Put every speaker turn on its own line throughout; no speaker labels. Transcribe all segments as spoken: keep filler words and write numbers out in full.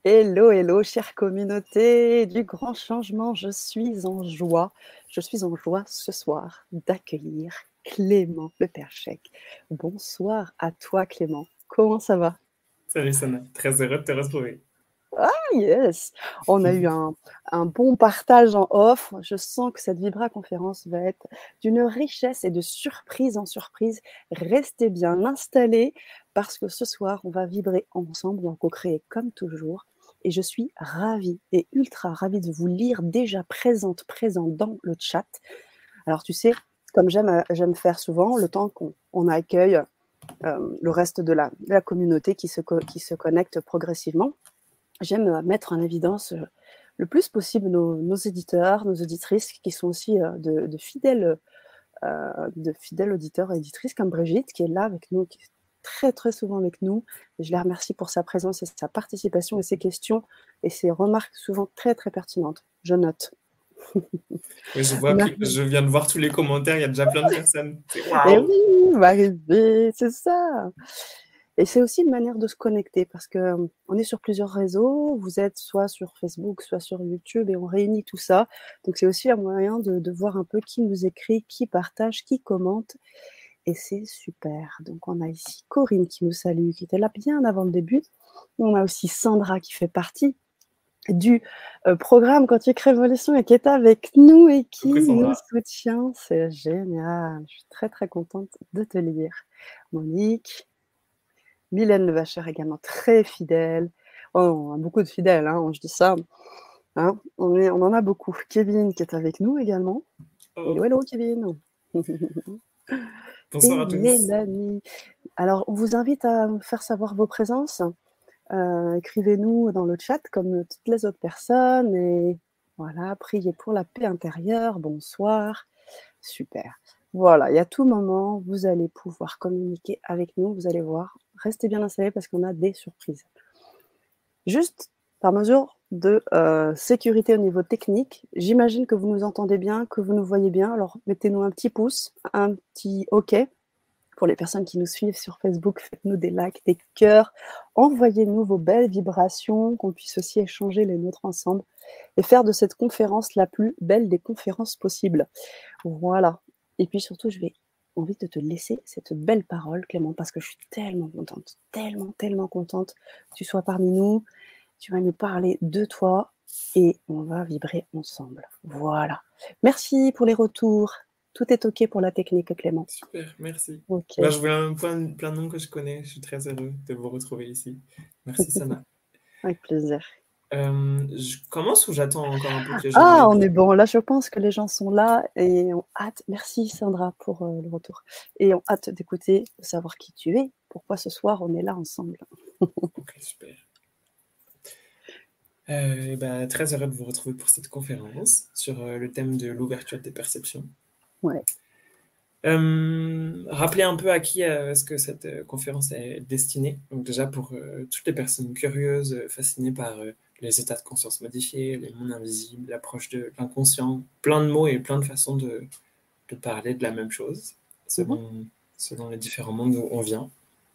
Hello, hello, chère communauté du grand changement. Je suis en joie. Je suis en joie ce soir d'accueillir Clément Le Perchec. Bonsoir à toi, Clément. Comment ça va?
Salut Sana, très heureux de te retrouver.
Ah, yes! On a eu un, un bon partage en off. Je sens que cette Vibra conférence va être d'une richesse et de surprise en surprise. Restez bien installés parce que ce soir, on va vibrer ensemble, en co-créer comme toujours. Et je suis ravie et ultra ravie de vous lire déjà présente, présent dans le chat. Alors, tu sais, comme j'aime, j'aime faire souvent, le temps qu'on on accueille euh, le reste de la, de la communauté qui se, co- qui se connecte progressivement, j'aime mettre en évidence euh, le plus possible nos, nos éditeurs, nos auditrices qui sont aussi euh, de, de, fidèles, euh, de fidèles auditeurs et éditrices comme Brigitte qui est là avec nous, qui est très très souvent avec nous. Et je la remercie pour sa présence et sa participation et ses questions et ses remarques souvent très très pertinentes. Je note.
Oui, je vois que
Marie.
je viens de voir tous les commentaires, il y a déjà plein de personnes. C'est
Et
waouh!
oui, Marie, c'est ça. Et c'est aussi une manière de se connecter parce qu'on est sur plusieurs réseaux. Vous êtes soit sur Facebook, soit sur YouTube et on réunit tout ça. Donc, c'est aussi un moyen de, de voir un peu qui nous écrit, qui partage, qui commente. Et c'est super. Donc, on a ici Corinne qui nous salue, qui était là bien avant le début. On a aussi Sandra qui fait partie du euh, programme Quantique Révolution et qui est avec nous et qui
Coucou
nous
Sandra.
soutient. C'est génial. Je suis très, très contente de te lire. Monique, Mylène Levacher également très fidèle. Oh, on a beaucoup de fidèles, hein, je dis ça. Hein, on, est, on en a beaucoup. Kevin qui est avec nous également.
Oh,
Hello, hello Kevin.
bonsoir
Et
à tous.
Mélanie. Alors, on vous invite à faire savoir vos présences. Euh, écrivez-nous dans le chat comme toutes les autres personnes. Et voilà, priez pour la paix intérieure. Bonsoir. Super. Voilà, et à tout moment, vous allez pouvoir communiquer avec nous. Vous allez voir. Restez bien installés parce qu'on a des surprises. Juste par mesure de euh, sécurité au niveau technique, j'imagine que vous nous entendez bien, que vous nous voyez bien. Alors, mettez-nous un petit pouce, un petit OK. Pour les personnes qui nous suivent sur Facebook, faites-nous des likes, des cœurs. Envoyez-nous vos belles vibrations, qu'on puisse aussi échanger les nôtres ensemble et faire de cette conférence la plus belle des conférences possibles. Voilà. Et puis surtout, je vais envie de te laisser cette belle parole, Clément, parce que je suis tellement contente, tellement, tellement contente que tu sois parmi nous. Tu vas nous parler de toi et on va vibrer ensemble. Voilà. Merci pour les retours. Tout est OK pour la technique, Clément.
Super, merci.
OK.
Là, je vois plein, plein de noms que je connais, je suis très heureux de vous retrouver ici. Merci Sana.
Avec plaisir.
Euh, je commence ou j'attends encore un peu que les gens
Ah,
arrivent?
on est bon. Là, je pense que les gens sont là et on hâte. Merci Sandra pour euh, le retour. Et on hâte d'écouter, de savoir qui tu es, pourquoi ce soir on est là ensemble.
Ok, super. Euh, et ben, très heureux de vous retrouver pour cette conférence sur euh, le thème de l'ouverture des perceptions.
Ouais.
Euh, rappeler un peu à qui euh, est-ce que cette euh, conférence est destinée. Donc déjà pour euh, toutes les personnes curieuses, euh, fascinées par euh, les états de conscience modifiés, les mondes invisibles, l'approche de l'inconscient, plein de mots et plein de façons de, de parler de la même chose,
Mhm.
selon, selon les différents mondes d'où on vient.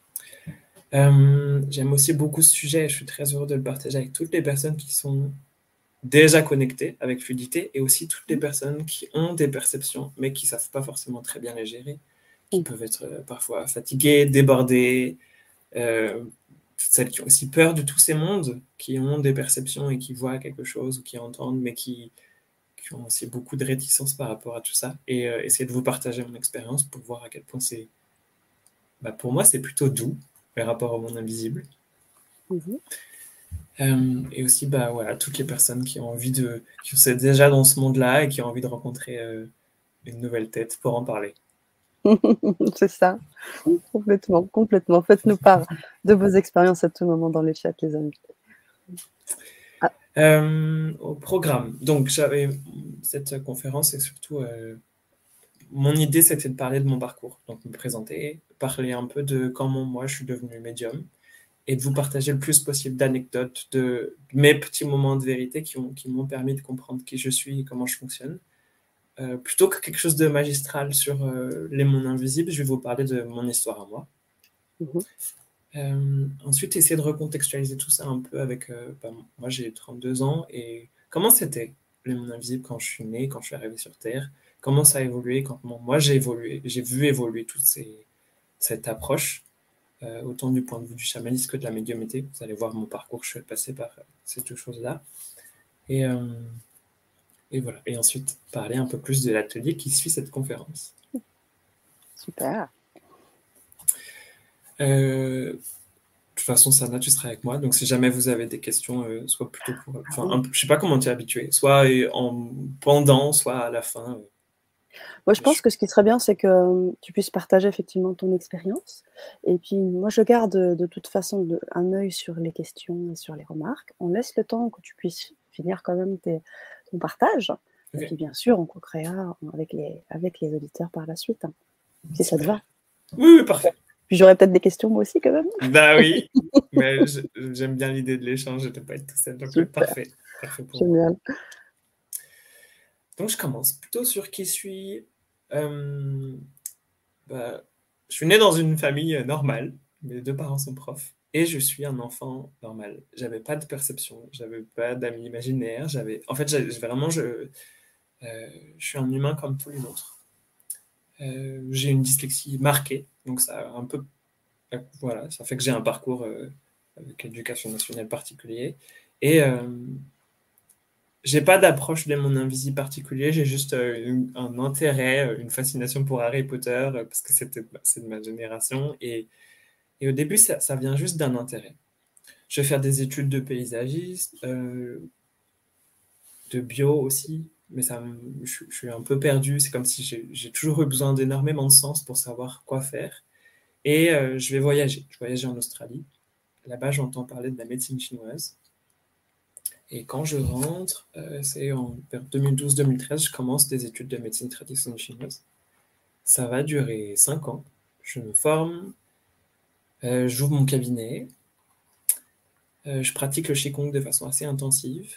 Euh, j'aime aussi beaucoup ce sujet et je suis très heureux de le partager avec toutes les personnes qui sont déjà connectées avec fluidité et aussi toutes les personnes qui ont des perceptions mais qui ne savent pas forcément très bien les gérer, qui
Mhm.
peuvent être euh, parfois fatiguées, débordées, euh, toutes celles qui ont aussi peur de tous ces mondes, qui ont des perceptions et qui voient quelque chose ou qui entendent, mais qui, qui ont aussi beaucoup de réticence par rapport à tout ça. Et euh, essayer de vous partager mon expérience pour voir à quel point c'est, bah, pour moi, c'est plutôt doux, le rapport au monde invisible.
Mhm.
Euh, et aussi, bah, voilà, toutes les personnes qui ont envie de, qui sont déjà dans ce monde-là et qui ont envie de rencontrer euh, une nouvelle tête pour en parler.
C'est ça. Complètement, complètement. Faites-nous part de vos expériences à tout moment dans les chats, les amis. Ah.
Euh, au programme. Donc, j'avais cette conférence et surtout, euh, mon idée, c'était de parler de mon parcours. Donc, me présenter, parler un peu de comment moi, je suis devenu médium et de vous partager le plus possible d'anecdotes, de mes petits moments de vérité qui, ont, qui m'ont permis de comprendre qui je suis et comment je fonctionne. Euh, plutôt que quelque chose de magistral sur euh, les mondes invisibles, je vais vous parler de mon histoire à moi.
Mhm.
Euh, ensuite, essayer de recontextualiser tout ça un peu avec... Euh, bah, moi, j'ai trente-deux ans et comment c'était le monde invisible quand je suis né, quand je suis arrivé sur Terre? Comment ça a évolué quand moi, moi, j'ai évolué, j'ai vu évoluer toute ces, cette approche, euh, autant du point de vue du chamanisme que de la médiumnité. Vous allez voir mon parcours, je suis passé par euh, ces deux choses-là. Et, euh, et voilà. Et ensuite, parler un peu plus de l'atelier qui suit cette conférence.
Super.
Euh, de toute façon, Sana, tu seras avec moi. Donc, si jamais vous avez des questions, euh, soit plutôt pour. Enfin,
Ah oui.
un peu- je sais pas comment tu es habitué. Soit euh, en pendant, soit à la fin. euh,
Moi, je pense
je-
que ce qui serait bien, c'est que euh, tu puisses partager effectivement ton expérience. Et puis, moi, je garde euh, de toute façon de- un œil sur les questions et sur les remarques. On laisse le temps que tu puisses finir quand même tes- ton partage. Et
Ok,
puis, bien sûr, on co-créera avec les, avec les auditeurs par la suite, hein, si ça te
super.
va.
Oui, oui, parfait.
Puis, j'aurais peut-être des questions moi aussi quand même.
Bah oui, mais je- j'aime bien l'idée de l'échange, de ne pas être tout seul. Donc, euh,
Super,
parfait. Parfait pour moi.
génial.
Donc, je commence plutôt sur qui suis. Euh, bah, je suis né dans une famille euh, normale. Mes deux parents sont profs. Et je suis un enfant normal. J'avais pas de perception, j'avais pas d'amis imaginaires. J'avais, en fait, j'ai j'ai vraiment, je, euh, je suis un humain comme tous les autres. Euh, j'ai une dyslexie marquée, donc ça a un peu, euh, voilà, ça fait que j'ai un parcours euh, avec l'éducation nationale particulier. Et euh, j'ai pas d'approche de mon invisible particulier, j'ai juste euh, une- un intérêt, euh, une fascination pour Harry Potter, euh, parce que c'était, c'est de ma génération. Et, et au début, ça, ça vient juste d'un intérêt. Je vais faire des études de paysagiste, euh, de bio aussi, mais ça, me- je, je suis un peu perdu. C'est comme si j'ai j'ai toujours eu besoin d'énormément de sens pour savoir quoi faire. Et euh, je vais voyager. Je voyage en Australie. Là-bas, j'entends parler de la médecine chinoise. Et quand je rentre, euh, c'est en, vers deux mille douze deux mille treize, je commence des études de médecine traditionnelle chinoise. Ça va durer cinq ans. Je me forme, euh, j'ouvre mon cabinet, euh, je pratique le Qigong de façon assez intensive.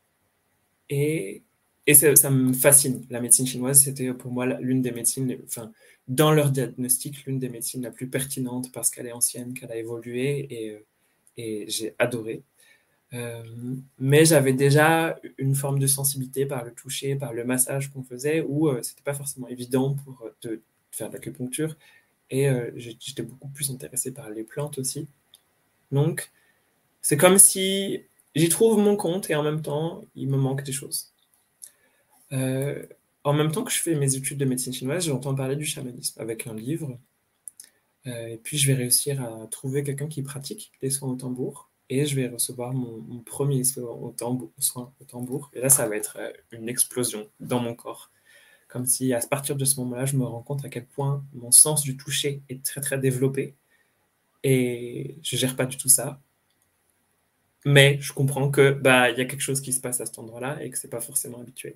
Et, et ça, ça me fascine. La médecine chinoise, c'était pour moi l'une des médecines, les- enfin, dans leur diagnostic, l'une des médecines la plus pertinente parce qu'elle est ancienne, qu'elle a évolué et, euh, et j'ai adoré. Euh, mais j'avais déjà une forme de sensibilité par le toucher, par le massage qu'on faisait, où euh, c'était pas forcément évident pour euh, de faire de l'acupuncture. Et euh, j'ai- j'étais beaucoup plus intéressé par les plantes aussi. Donc, c'est comme si j'y trouve mon compte et en même temps, il me manque des choses. Euh, en même temps que je fais mes études de médecine chinoise, j'entends parler du chamanisme avec un livre. Euh, et puis, je vais réussir à trouver quelqu'un qui pratique les soins au tambour. Et je vais recevoir mon, mon premier soin au tambour, soin au tambour. Et là, ça va être euh, une explosion dans mon corps. Comme si, à partir de ce moment-là, je me rends compte à quel point mon sens du toucher est très, très développé. Et je gère pas du tout ça. Mais je comprends que bah il y a quelque chose qui se passe à cet endroit-là et que c'est pas forcément habituel.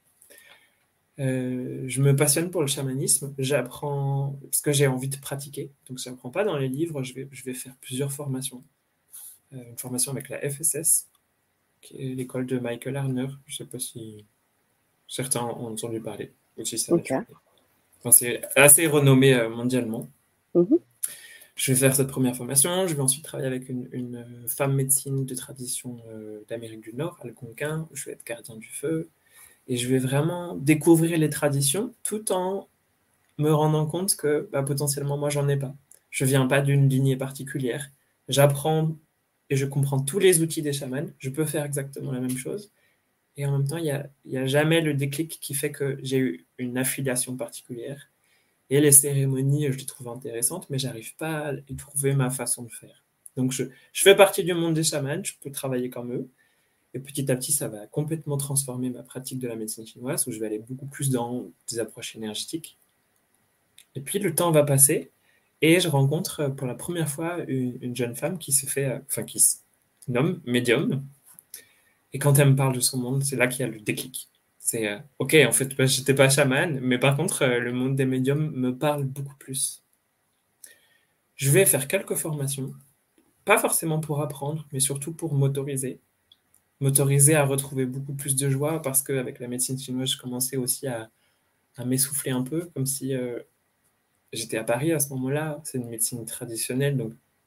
Euh, je me passionne pour le chamanisme. J'apprends parce que j'ai envie de pratiquer. Donc, je n'apprends pas dans les livres. Je vais, je vais faire plusieurs formations. Euh, une formation avec la F S S, qui est l'école de Michael Harner. Je ne sais pas si certains ont entendu parler, ou si ça n'a
Ok.
tué. Enfin, c'est assez renommé euh, mondialement.
Mhm.
Je vais faire cette première formation. Je vais ensuite travailler avec une, une femme médecine de tradition euh, d'Amérique du Nord, algonquin. Je vais être gardien du feu. Et je vais vraiment découvrir les traditions tout en me rendant compte que bah, potentiellement, moi, j'en ai pas. Je viens pas d'une lignée particulière. J'apprends et je comprends tous les outils des chamans. Je peux faire exactement la même chose. Et en même temps, il n'y a, il y a jamais le déclic qui fait que j'ai eu une affiliation particulière. Et les cérémonies, je les trouve intéressantes, mais j'arrive pas à y trouver ma façon de faire. Donc, je, je fais partie du monde des chamans, je peux travailler comme eux. Et petit à petit, ça va complètement transformer ma pratique de la médecine chinoise, où je vais aller beaucoup plus dans des approches énergétiques. Et puis le temps va passer et je rencontre euh, pour la première fois une, une jeune femme qui se fait, euh, enfin qui se nomme médium. Et quand elle me parle de son monde, c'est là qu'il y a le déclic. C'est euh, ok, en fait, bah, j'étais pas chaman, mais par contre, euh, le monde des médiums me parle beaucoup plus. Je vais faire quelques formations, pas forcément pour apprendre, mais surtout pour m'autoriser. M'autoriser à retrouver beaucoup plus de joie parce qu'avec la médecine chinoise, je commençais aussi à, à m'essouffler un peu, comme si euh, j'étais à Paris à ce moment-là, c'est une médecine traditionnelle, donc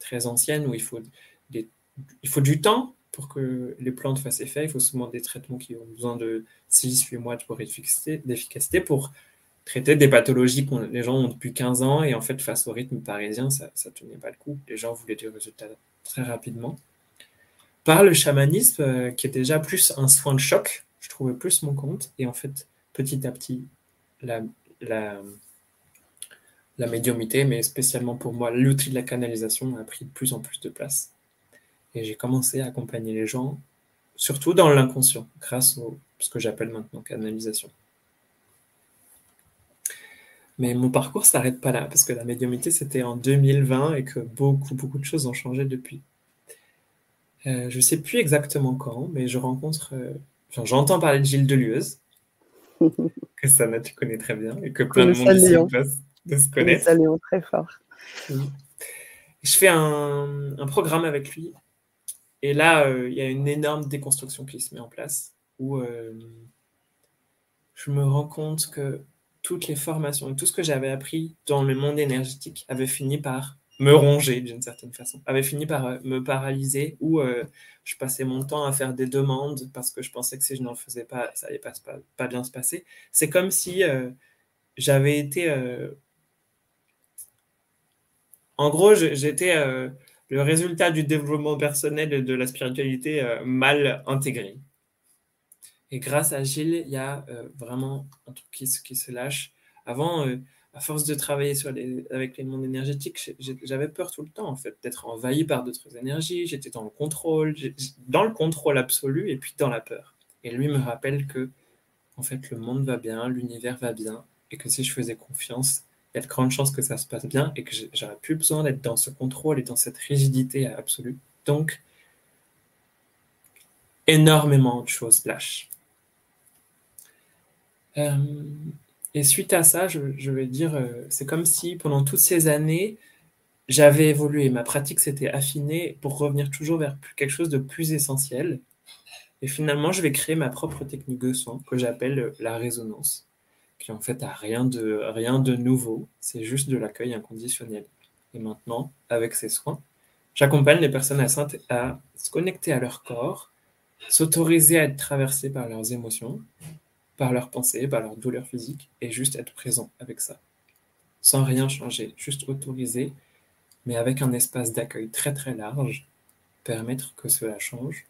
très ancienne où il faut, des, il faut du temps pour que les plantes fassent effet. Il faut souvent des traitements qui ont besoin de six huit mois d'efficacité pour traiter des pathologies que les gens ont depuis quinze ans. Et en fait, face au rythme parisien, ça ne tenait pas le coup. Les gens voulaient des résultats très rapidement. Par le chamanisme, euh, qui est déjà plus un soin de choc, je trouvais plus mon compte. Et en fait, petit à petit, la, la, la médiumité, mais spécialement pour moi, l'outil de la canalisation a pris de plus en plus de place. Et j'ai commencé à accompagner les gens, surtout dans l'inconscient, grâce à ce que j'appelle maintenant canalisation. Mais mon parcours ne s'arrête pas là, parce que la médiumité, c'était en deux mille vingt et que beaucoup, beaucoup de choses ont changé depuis. Euh, je ne sais plus exactement quand, mais je rencontre... Euh, enfin, j'entends parler de Gilles Delieuse, que Sana, tu connais très bien, et que plein de monde ici doit de se connaître.
Nous saluons très fort.
Oui. Je fais un, un programme avec lui, et là, il euh, y a une énorme déconstruction qui se met en place, où euh, je me rends compte que toutes les formations et tout ce que j'avais appris dans le monde énergétique avait fini par me ronger d'une certaine façon, avait fini par euh, me paralyser, où euh, je passais mon temps à faire des demandes parce que je pensais que si je n'en faisais pas, ça allait pas, pas, pas bien se passer. C'est comme si euh, j'avais été... Euh... En gros, j'étais euh, le résultat du développement personnel et de la spiritualité euh, mal intégré. Et grâce à Gilles, il y a euh, vraiment un truc qui, qui se lâche. Avant, euh, à force de travailler sur les, avec les mondes énergétiques, j'avais peur tout le temps, en fait, d'être envahi par d'autres énergies. J'étais dans le contrôle, dans le contrôle absolu et puis dans la peur. Et lui me rappelle que, en fait, le monde va bien, l'univers va bien, et que si je faisais confiance, il y a de grandes chances que ça se passe bien et que j'aurais plus besoin d'être dans ce contrôle et dans cette rigidité absolue. Donc, énormément de choses lâchent. Euh, et suite à ça, je, je vais dire, euh, c'est comme si pendant toutes ces années, j'avais évolué. Ma pratique s'était affinée pour revenir toujours vers quelque chose de plus essentiel. Et finalement, je vais créer ma propre technique de soin que j'appelle la résonance, qui en fait a rien de, rien de nouveau, c'est juste de l'accueil inconditionnel. Et maintenant, avec ces soins, j'accompagne les personnes à, à se connecter à leur corps, s'autoriser à être traversées par leurs émotions, par leurs pensées, par leurs douleurs physiques, et juste être présent avec ça. Sans rien changer, juste autoriser, mais avec un espace d'accueil très très large, permettre que cela change.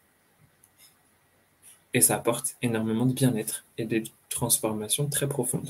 Et ça apporte énormément de bien-être et de transformations très profondes.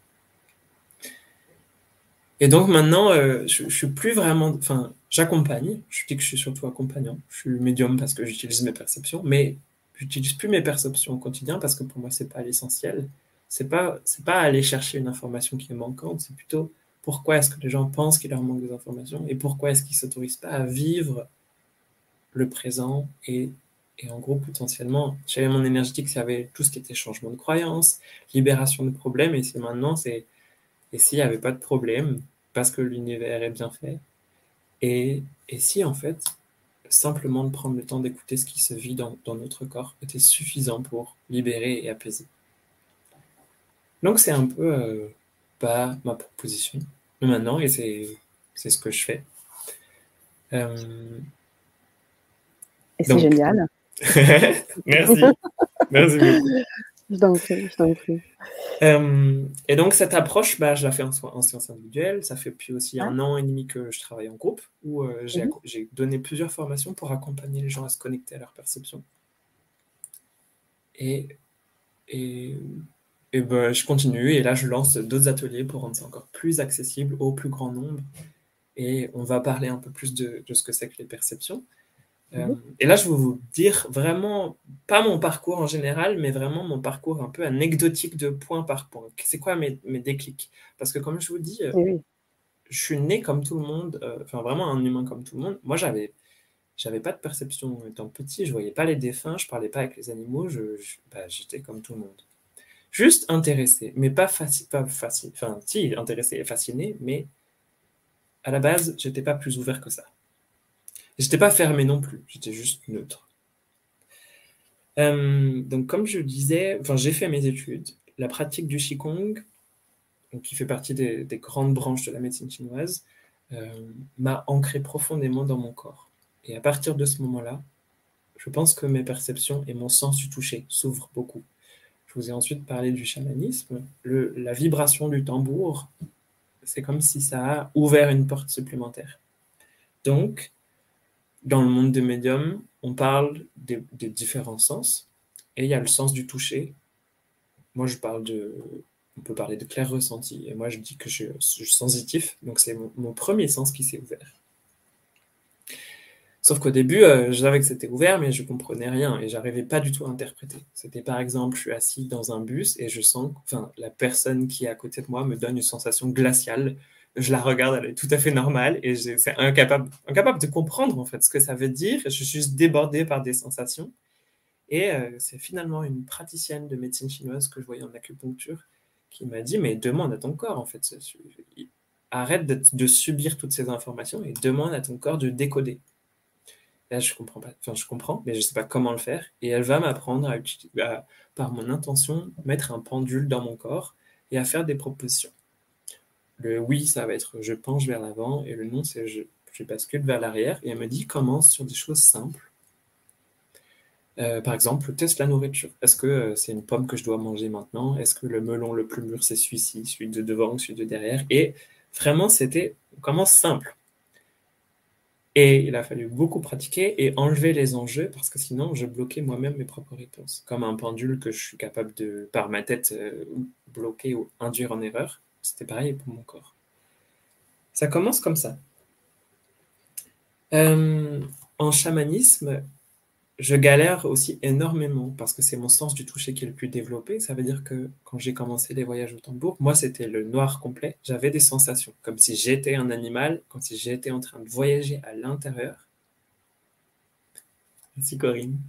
Et donc maintenant, euh, je, je suis plus vraiment... Enfin, j'accompagne, je dis que je suis surtout accompagnant, je suis médium parce que j'utilise mes perceptions, mais j'utilise plus mes perceptions au quotidien parce que pour moi, c'est pas l'essentiel. C'est pas, c'est pas aller chercher une information qui est manquante, c'est plutôt pourquoi est-ce que les gens pensent qu'il leur manque des informations et pourquoi est-ce qu'ils ne s'autorisent pas à vivre le présent et, et en gros, potentiellement, chez les mondes énergétiques, ça avait tout ce qui était changement de croyance, libération de problèmes, et c'est maintenant, c'est et s'il n'y avait pas de problème, parce que l'univers est bien fait, et, et si en fait, simplement de prendre le temps d'écouter ce qui se vit dans, dans notre corps était suffisant pour libérer et apaiser. Donc c'est un peu euh, pas ma proposition, mais maintenant, et c'est, c'est ce que je fais. Euh,
et c'est donc... génial.
Merci. Merci beaucoup.
Je t'en prie, je t'en prie.
Euh, et donc, cette approche, bah, je la fais en, en séance individuelle. Ça fait depuis aussi un an et demi que je travaille en groupe, où euh, j'ai, mm-hmm. j'ai donné plusieurs formations pour accompagner les gens à se connecter à leur perception. Et, et, et bah, je continue, et là, je lance d'autres ateliers pour rendre ça encore plus accessible au plus grand nombre. Et on va parler un peu plus de, de ce que c'est que les perceptions. Euh, et là, je vais vous dire vraiment, pas mon parcours en général, mais vraiment mon parcours un peu anecdotique de point par point. C'est quoi mes, mes déclics? Parce que comme je vous dis, euh, oui. je suis né comme tout le monde, euh, enfin vraiment un humain comme tout le monde. Moi, j'avais, j'avais pas de perception étant petit, je voyais pas les défunts, je parlais pas avec les animaux, je, je, bah, j'étais comme tout le monde. Juste intéressé, mais pas facile, pas facile. Enfin, si, intéressé et fasciné, mais à la base, j'étais pas plus ouvert que ça. J'étais pas fermé non plus, j'étais juste neutre. Euh, donc, comme je le disais, enfin, j'ai fait mes études. La pratique du Qigong, donc, qui fait partie des, des grandes branches de la médecine chinoise, euh, m'a ancré profondément dans mon corps. Et à partir de ce moment-là, je pense que mes perceptions et mon sens du toucher s'ouvrent beaucoup. Je vous ai ensuite parlé du chamanisme. Le, la vibration du tambour, c'est comme si ça a ouvert une porte supplémentaire. Donc, dans le monde des médiums, on parle des, des différents sens, et il y a le sens du toucher. Moi, je parle de... On peut parler de clair ressenti, et moi, je dis que je, je suis sensitif, donc c'est mon, mon premier sens qui s'est ouvert. Sauf qu'au début, euh, je savais que c'était ouvert, mais je comprenais rien et j'arrivais pas du tout à interpréter. C'était par exemple, je suis assis dans un bus et je sens, enfin, la personne qui est à côté de moi me donne une sensation glaciale. Je la regarde, elle est tout à fait normale et je- c'est incapable, incapable de comprendre en fait ce que ça veut dire. Je suis juste débordé par des sensations. Et euh, c'est finalement une praticienne de médecine chinoise que je voyais en acupuncture qui m'a dit, mais demande à ton corps en fait. Arrête de, de subir toutes ces informations et demande à ton corps de décoder. Là, je comprends pas. Enfin, je comprends, mais je sais pas comment le faire. Et elle va m'apprendre à, à, par mon intention, mettre un pendule dans mon corps et à faire des propositions. Le oui, ça va être je penche vers l'avant, et le non, c'est je, je bascule vers l'arrière. Et elle me dit commence sur des choses simples. Euh, par exemple, teste la nourriture. Est-ce que euh, c'est une pomme que je dois manger maintenant? Est-ce que le melon le plus mûr, c'est celui-ci, celui de devant ou celui de derrière? Et vraiment, c'était, on commence simple. Et il a fallu beaucoup pratiquer et enlever les enjeux parce que sinon je bloquais moi-même mes propres réponses. Comme un pendule que je suis capable de, par ma tête, euh, bloquer ou induire en erreur. C'était pareil pour mon corps. Ça commence comme ça. Euh, en chamanisme, je galère aussi énormément parce que c'est mon sens du toucher qui est le plus développé. Ça veut dire que quand j'ai commencé les voyages au tambour, moi c'était le noir complet. J'avais des sensations, comme si j'étais un animal, comme si j'étais en train de voyager à l'intérieur. Merci Corinne.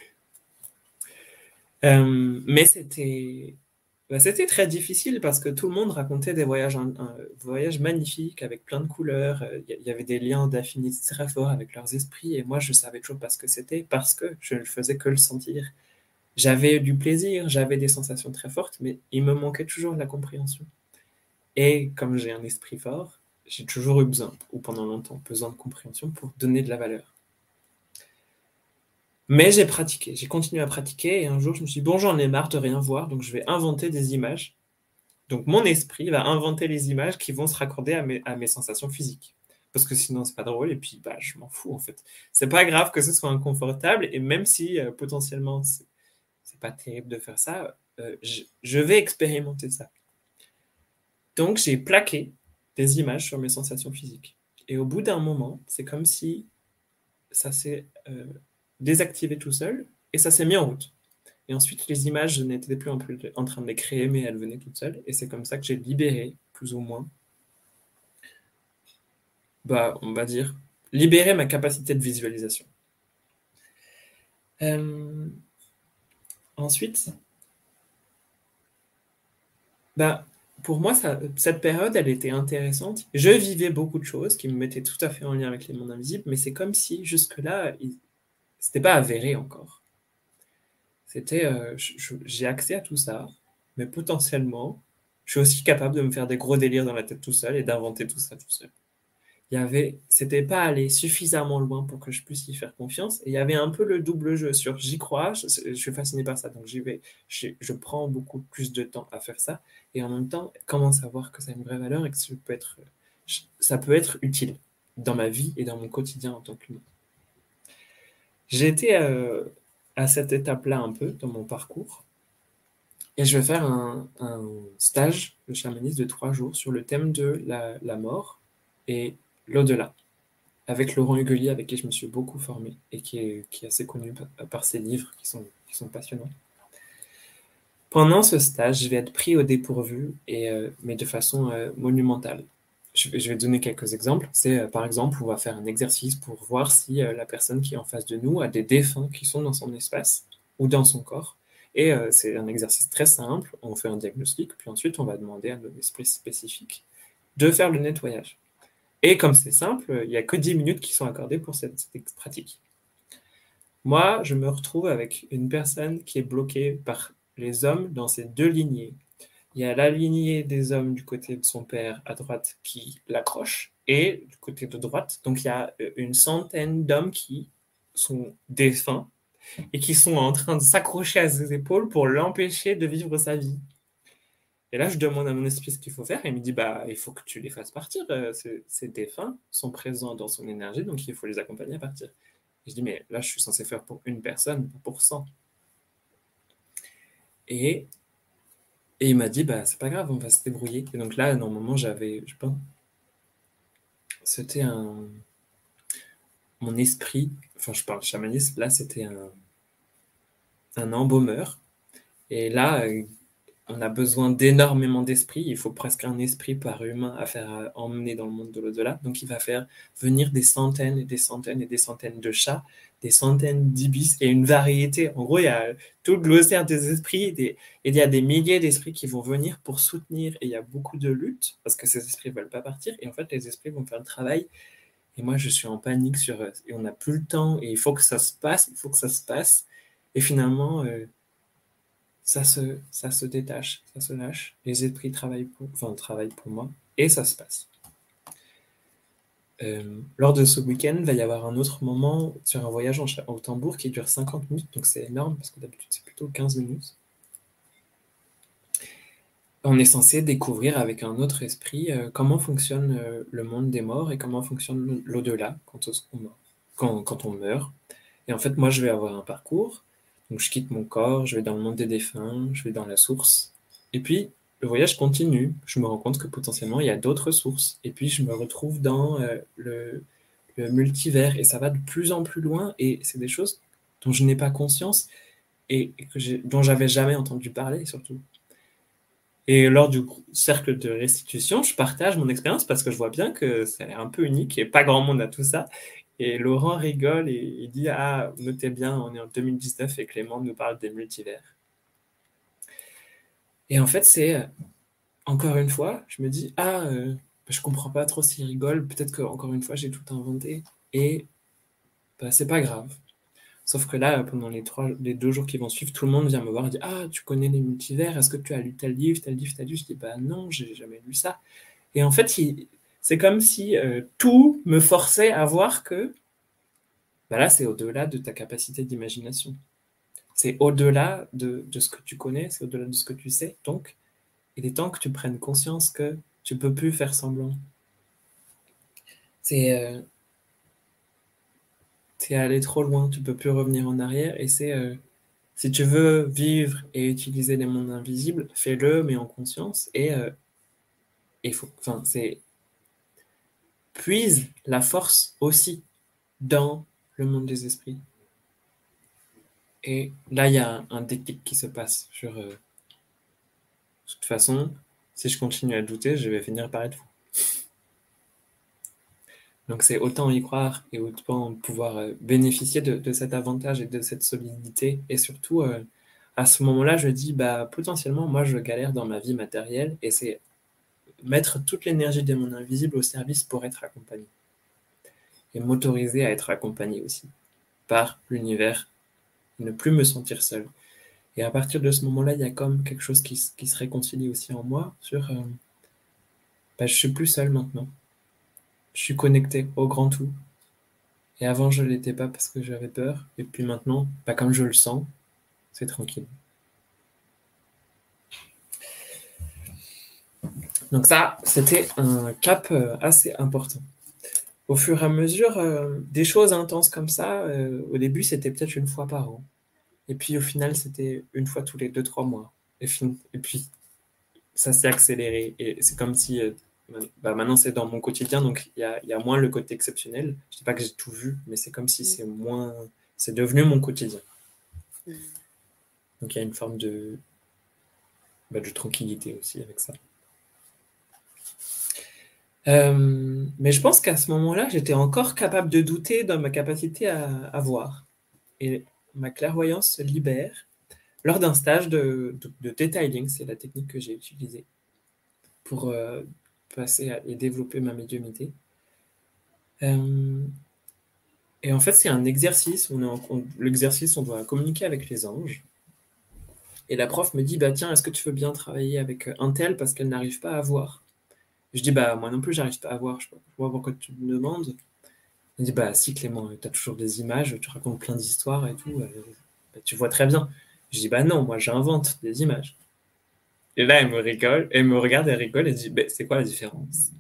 Euh, mais c'était bah, c'était très difficile parce que tout le monde racontait des voyages, un, un voyage magnifiques avec plein de couleurs. Il y, y avait des liens d'affinité très forts avec leurs esprits et moi je savais toujours pas ce que c'était parce que je ne faisais que le sentir. J'avais du plaisir, j'avais des sensations très fortes, mais il me manquait toujours de la compréhension. Et comme j'ai un esprit fort, j'ai toujours eu besoin, ou pendant longtemps, besoin de compréhension pour donner de la valeur. Mais j'ai pratiqué, j'ai continué à pratiquer et un jour je me suis dit, bon, j'en ai marre de rien voir, donc je vais inventer des images. Donc mon esprit va inventer les images qui vont se raccorder à mes, à mes sensations physiques. Parce que sinon c'est pas drôle et puis bah, je m'en fous en fait. C'est pas grave que ce soit inconfortable et même si euh, potentiellement c'est, c'est pas terrible de faire ça, euh, je, je vais expérimenter ça. Donc j'ai plaqué des images sur mes sensations physiques. Et au bout d'un moment, c'est comme si ça s'est euh, désactivé tout seul et ça s'est mis en route. Et ensuite, les images, je n'étais plus en, plus en train de les créer, mais elles venaient toutes seules. Et c'est comme ça que j'ai libéré, plus ou moins, bah, on va dire, libéré ma capacité de visualisation. Euh, ensuite, bah, pour moi, ça, cette période, elle était intéressante. Je vivais beaucoup de choses qui me mettaient tout à fait en lien avec les mondes invisibles, mais c'est comme si, jusque-là, il, c'était pas avéré encore. C'était, euh, je- je- j'ai accès à tout ça, mais potentiellement, je suis aussi capable de me faire des gros délires dans la tête tout seul et d'inventer tout ça tout seul. Il y avait, c'était pas allé suffisamment loin pour que je puisse y faire confiance. Et il y avait un peu le double jeu sur j'y crois, je, je suis fasciné par ça, donc j'y vais, je, je prends beaucoup plus de temps à faire ça. Et en même temps, comment savoir que ça a une vraie valeur et que ça peut être, ça peut être utile dans ma vie et dans mon quotidien en tant qu'humain. J'ai été euh, à cette étape-là un peu dans mon parcours. Et je vais faire un, un stage de chamanisme de trois jours sur le thème de la, la mort et l'au-delà, avec Laurent Huguelier, avec qui je me suis beaucoup formé et qui est, qui est assez connu par, par ses livres qui sont, qui sont passionnants. Pendant ce stage, je vais être pris au dépourvu, et, euh, mais de façon euh, monumentale. Je, je vais donner quelques exemples. C'est euh, par exemple, on va faire un exercice pour voir si euh, la personne qui est en face de nous a des défunts qui sont dans son espace ou dans son corps. Et euh, c'est un exercice très simple. On fait un diagnostic, puis ensuite on va demander à nos esprits spécifiques de faire le nettoyage. Et comme c'est simple, il n'y a que dix minutes qui sont accordées pour cette, cette pratique. Moi, je me retrouve avec une personne qui est bloquée par les hommes dans ces deux lignées. Il y a la lignée des hommes du côté de son père à droite qui l'accroche, et du côté de droite, donc il y a une centaine d'hommes qui sont défunts et qui sont en train de s'accrocher à ses épaules pour l'empêcher de vivre sa vie. Et là, je demande à mon esprit ce qu'il faut faire, et il me dit, bah, il faut que tu les fasses partir. Ces, ces défunts sont présents dans son énergie, donc il faut les accompagner à partir. Et je dis, mais là, je suis censé faire pour une personne, pas pour cent. Et, et il m'a dit, bah, c'est pas grave, on va se débrouiller. Et donc là, normalement, j'avais, je pense, c'était un... Mon esprit, enfin, je parle chamanisme, là, c'était un, un embaumeur. Et là, on a besoin d'énormément d'esprits. Il faut presque un esprit par humain à faire à emmener dans le monde de l'au-delà. Donc, il va faire venir des centaines et des centaines et des centaines de chats, des centaines d'ibis et une variété. En gros, il y a tout le glossaire des esprits des, et il y a des milliers d'esprits qui vont venir pour soutenir. Et il y a beaucoup de luttes parce que ces esprits ne veulent pas partir. Et en fait, les esprits vont faire le travail. Et moi, je suis en panique sur... Et on n'a plus le temps et il faut que ça se passe. Il faut que ça se passe. Et finalement... Euh, Ça se, ça se détache, ça se lâche, les esprits travaillent pour, enfin, travaillent pour moi, et ça se passe. Euh, lors de ce week-end, il va y avoir un autre moment sur un voyage en, au tambour qui dure cinquante minutes, donc c'est énorme, parce que d'habitude c'est plutôt quinze minutes. On est censé découvrir avec un autre esprit euh, comment fonctionne euh, le monde des morts et comment fonctionne l'au-delà quand on, quand, quand on meurt. Et en fait, moi, je vais avoir un parcours. Donc, je quitte mon corps, je vais dans le monde des défunts, je vais dans la source. Et puis, le voyage continue. Je me rends compte que potentiellement, il y a d'autres sources. Et puis, je me retrouve dans euh, le, le multivers. Et ça va de plus en plus loin. Et c'est des choses dont je n'ai pas conscience et que j'ai, dont j'avais jamais entendu parler, surtout. Et lors du cercle de restitution, je partage mon expérience parce que je vois bien que ça a l'air un peu unique et pas grand monde a tout ça. Et Laurent rigole et il dit « Ah, notez bien, on est en deux mille dix-neuf et Clément nous parle des multivers. » Et en fait, c'est, encore une fois, je me dis « Ah, euh, je comprends pas trop s'il rigole, peut-être qu'encore une fois, j'ai tout inventé. » Et bah, c'est pas grave. Sauf que là, pendant les, trois, les deux jours qui vont suivre, tout le monde vient me voir et dit « Ah, tu connais les multivers, est-ce que tu as lu tel livre, tel livre, tel livre ?» Je dis « Bah non, j'ai jamais lu ça. » Et en fait, il, c'est comme si euh, tout me forçait à voir que bah là, c'est au-delà de ta capacité d'imagination. C'est au-delà de, de ce que tu connais, c'est au-delà de ce que tu sais. Donc, il est temps que tu prennes conscience que tu ne peux plus faire semblant. C'est... Euh, c'est aller trop loin, tu peux plus revenir en arrière et c'est euh, si tu veux vivre et utiliser les mondes invisibles, fais-le mais en conscience et euh, il faut, enfin c'est puise la force aussi dans le monde des esprits. Et là il y a un, un déclic qui se passe sur euh, de toute façon, si je continue à douter, je vais finir par être fou. Donc c'est autant y croire et autant pouvoir euh, bénéficier de, de cet avantage et de cette solidité. Et surtout, euh, à ce moment-là, je dis, bah, potentiellement, moi, je galère dans ma vie matérielle et c'est mettre toute l'énergie de mon invisible au service pour être accompagné. Et m'autoriser à être accompagné aussi par l'univers, et ne plus me sentir seul. Et à partir de ce moment-là, il y a comme quelque chose qui, qui se réconcilie aussi en moi sur, euh, bah, je suis plus seul maintenant. Je suis connecté au grand tout. Et avant, je ne l'étais pas parce que j'avais peur. Et puis maintenant, bah, comme je le sens, c'est tranquille. Donc ça, c'était un cap assez important. Au fur et à mesure, euh, des choses intenses comme ça, euh, au début, c'était peut-être une fois par an. Et puis au final, c'était une fois tous les deux, trois mois. Et, fin... et puis, ça s'est accéléré. Et c'est comme si... Euh, bah, maintenant, c'est dans mon quotidien, donc il y a, y a moins le côté exceptionnel. Je ne dis pas que j'ai tout vu, mais c'est comme si c'est moins... C'est devenu mon quotidien. Donc il y a une forme de, bah, de tranquillité aussi avec ça. Euh, mais je pense qu'à ce moment-là, j'étais encore capable de douter dans ma capacité à, à voir. Et ma clairvoyance se libère lors d'un stage de, de, de detailing, c'est la technique que j'ai utilisée pour euh, passer à, et développer ma médiumnité. Euh, et en fait, c'est un exercice. On est en, on, l'exercice, on doit communiquer avec les anges. Et la prof me dit, bah tiens, est-ce que tu veux bien travailler avec un tel parce qu'elle n'arrive pas à voir? Je dis, bah, moi non plus, j'arrive pas à voir. Je sais pas je vois pourquoi tu me demandes. Il dit, bah, si, Clément, tu as toujours des images, tu racontes plein d'histoires et tout. euh, bah, tu vois très bien. Je dis, bah non, moi, j'invente des images. Et là, elle me rigole, elle me regarde, elle rigole, et dit, bah, c'est quoi la différence?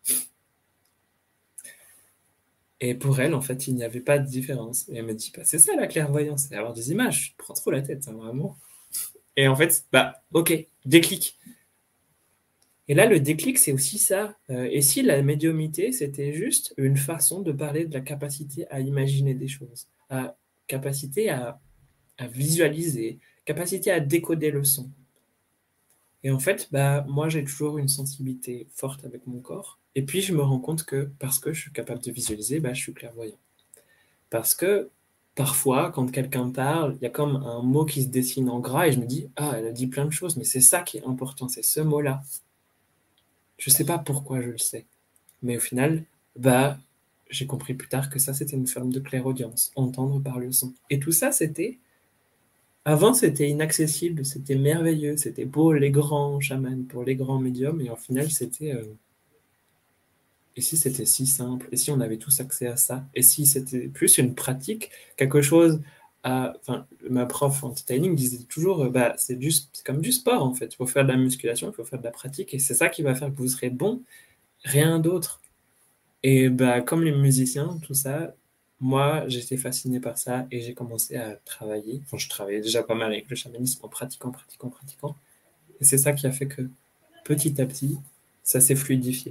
Et pour elle, en fait, il n'y avait pas de différence. Et elle me dit, bah, c'est ça la clairvoyance, c'est avoir des images. Tu te prends trop la tête, hein, vraiment. Et en fait, bah, ok, déclic. Et là, le déclic, c'est aussi ça. Euh, et si la médiumnité, c'était juste une façon de parler de la capacité à imaginer des choses, à capacité à, à visualiser, capacité à décoder le son. Et en fait, bah, moi, j'ai toujours une sensibilité forte avec mon corps. Et puis, je me rends compte que parce que je suis capable de visualiser, bah, je suis clairvoyant. Parce que parfois, quand quelqu'un parle, il y a comme un mot qui se dessine en gras et je me dis, ah, elle a dit plein de choses, mais c'est ça qui est important, c'est ce mot-là. Je sais pas pourquoi je le sais. Mais au final, bah, j'ai compris plus tard que ça, c'était une forme de clairaudience, entendre par le son. Et tout ça, c'était... Avant, c'était inaccessible, c'était merveilleux, c'était pour les grands chamans, pour les grands médiums, et au final, c'était... euh, Et si c'était si simple? Et si on avait tous accès à ça? Et si c'était plus une pratique, quelque chose à... Enfin, ma prof en training disait toujours, euh, bah, c'est du... c'est comme du sport, en fait. Il faut faire de la musculation, il faut faire de la pratique, et c'est ça qui va faire que vous serez bon, rien d'autre. Et bah, comme les musiciens, tout ça, moi, j'étais fasciné par ça et j'ai commencé à travailler. Enfin, je travaillais déjà pas mal avec le chamanisme en pratiquant, pratiquant, pratiquant. Et c'est ça qui a fait que petit à petit, ça s'est fluidifié.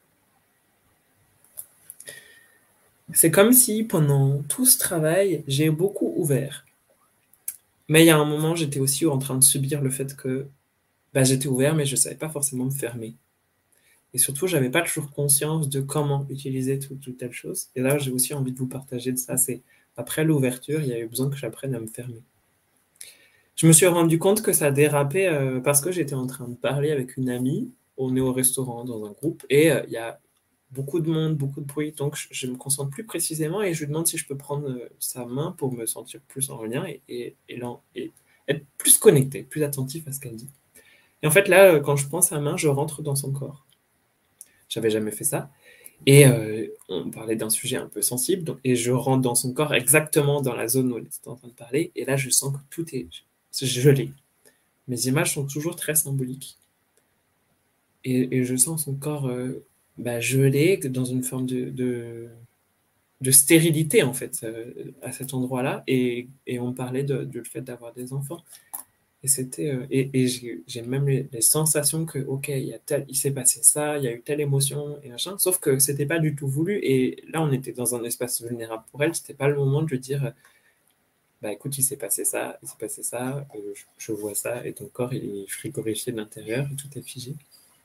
C'est comme si pendant tout ce travail, j'ai beaucoup ouvert. Mais il y a un moment, j'étais aussi en train de subir le fait que bah, j'étais ouvert, mais je ne savais pas forcément me fermer. Et surtout, j'avais pas toujours conscience de comment utiliser toute tout telle chose. Et là, j'ai aussi envie de vous partager de ça. C'est après l'ouverture, il y a eu besoin que j'apprenne à me fermer. Je me suis rendu compte que ça dérapait euh, parce que j'étais en train de parler avec une amie. On est au restaurant dans un groupe et euh, il y a beaucoup de monde, beaucoup de bruit. Donc, je, je me concentre plus précisément et je lui demande si je peux prendre euh, sa main pour me sentir plus en lien et, et, et, et être plus connecté, plus attentif à ce qu'elle dit. Et en fait, là, euh, quand je prends sa main, je rentre dans son corps. J'avais jamais fait ça. Et euh, on parlait d'un sujet un peu sensible, donc, et je rentre dans son corps exactement dans la zone où elle était en train de parler, et là je sens que tout est gelé. Mes images sont toujours très symboliques. Et, et je sens son corps euh, bah, gelé dans une forme de, de, de stérilité, en fait, euh, à cet endroit-là, et, et on parlait de, de le fait d'avoir des enfants. Et c'était euh, et, et j'ai, j'ai même les, les sensations que ok il y a tel il s'est passé ça il y a eu telle émotion et machin sauf que c'était pas du tout voulu et là on était dans un espace vulnérable pour elle c'était pas le moment de lui dire bah écoute il s'est passé ça il s'est passé ça euh, je, je vois ça et ton corps il est frigorifié de l'intérieur et tout est figé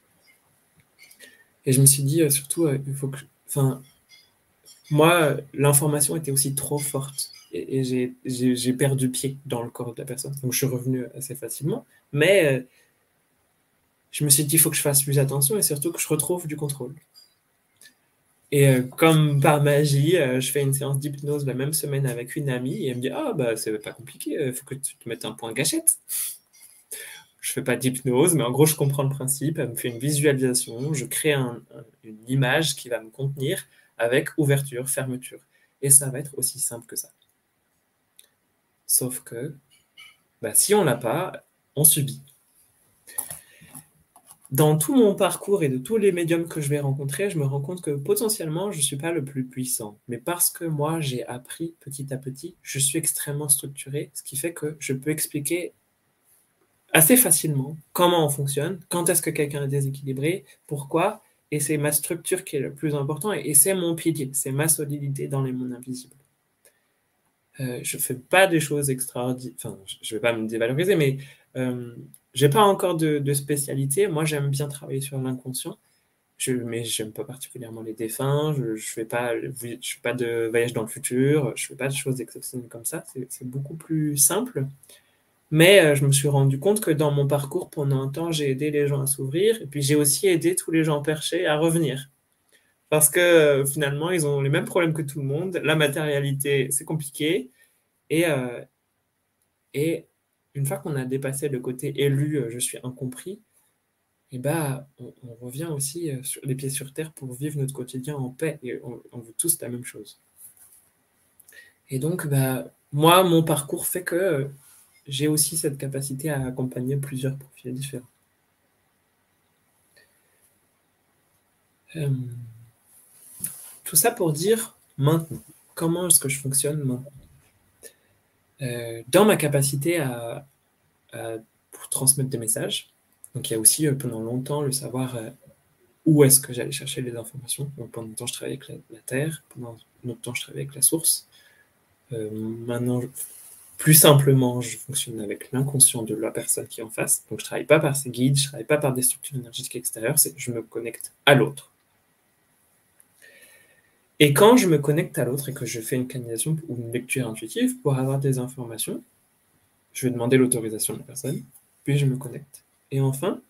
et je me suis dit euh, surtout euh, il faut que enfin moi l'information était aussi trop forte et, et j'ai, j'ai, j'ai perdu pied dans le corps de la personne donc je suis revenu assez facilement mais euh, je me suis dit, il faut que je fasse plus attention et surtout que je retrouve du contrôle. Et euh, comme par magie, euh, je fais une séance d'hypnose la même semaine avec une amie et elle me dit, ah bah c'est pas compliqué, il faut que tu te mettes un point gâchette. Je fais pas d'hypnose, mais en gros je comprends le principe, elle me fait une visualisation, je crée un, un, une image qui va me contenir avec ouverture, fermeture. Et ça va être aussi simple que ça. Sauf que bah, si on l'a pas, on subit. Dans tout mon parcours et de tous les médiums que je vais rencontrer, je me rends compte que potentiellement, je ne suis pas le plus puissant. Mais parce que moi, j'ai appris petit à petit, je suis extrêmement structuré, ce qui fait que je peux expliquer assez facilement comment on fonctionne, quand est-ce que quelqu'un est déséquilibré, pourquoi, et c'est ma structure qui est le plus important, et c'est mon pilier, c'est ma solidité dans les mondes invisibles. Euh, je ne fais pas des choses extraordinaires, enfin, je ne vais pas me dévaloriser, mais euh, je n'ai pas encore de, de spécialité. Moi, j'aime bien travailler sur l'inconscient, je, mais je n'aime pas particulièrement les défunts, je ne fais, pas, je fais pas de voyage dans le futur, je ne fais pas de choses exceptionnelles comme ça, c'est, c'est beaucoup plus simple. Mais euh, je me suis rendu compte que dans mon parcours, pendant un temps, j'ai aidé les gens à s'ouvrir, et puis j'ai aussi aidé tous les gens perchés à revenir. Parce que euh, finalement, ils ont les mêmes problèmes que tout le monde, la matérialité, c'est compliqué, et, euh, et une fois qu'on a dépassé le côté élu, euh, je suis incompris, et bah, on, on revient aussi euh, sur les pieds sur terre pour vivre notre quotidien en paix. Et on, on veut tous la même chose. Et donc, bah, moi, mon parcours fait que euh, j'ai aussi cette capacité à accompagner plusieurs profils différents. Euh, tout ça pour dire maintenant, comment est-ce que je fonctionne maintenant euh, dans ma capacité à, à pour transmettre des messages. Donc il y a aussi euh, pendant longtemps le savoir euh, où est-ce que j'allais chercher les informations. Donc pendant longtemps je travaillais avec la, la Terre, pendant un autre temps je travaillais avec la source. Euh, maintenant, je, plus simplement, je fonctionne avec l'inconscient de la personne qui est en face. Donc je travaille pas par ses guides, je travaille pas par des structures énergétiques extérieures, c'est je me connecte à l'autre. Et quand je me connecte à l'autre et que je fais une canalisation ou une lecture intuitive pour avoir des informations, je vais demander l'autorisation de la personne, puis je me connecte. Et enfin,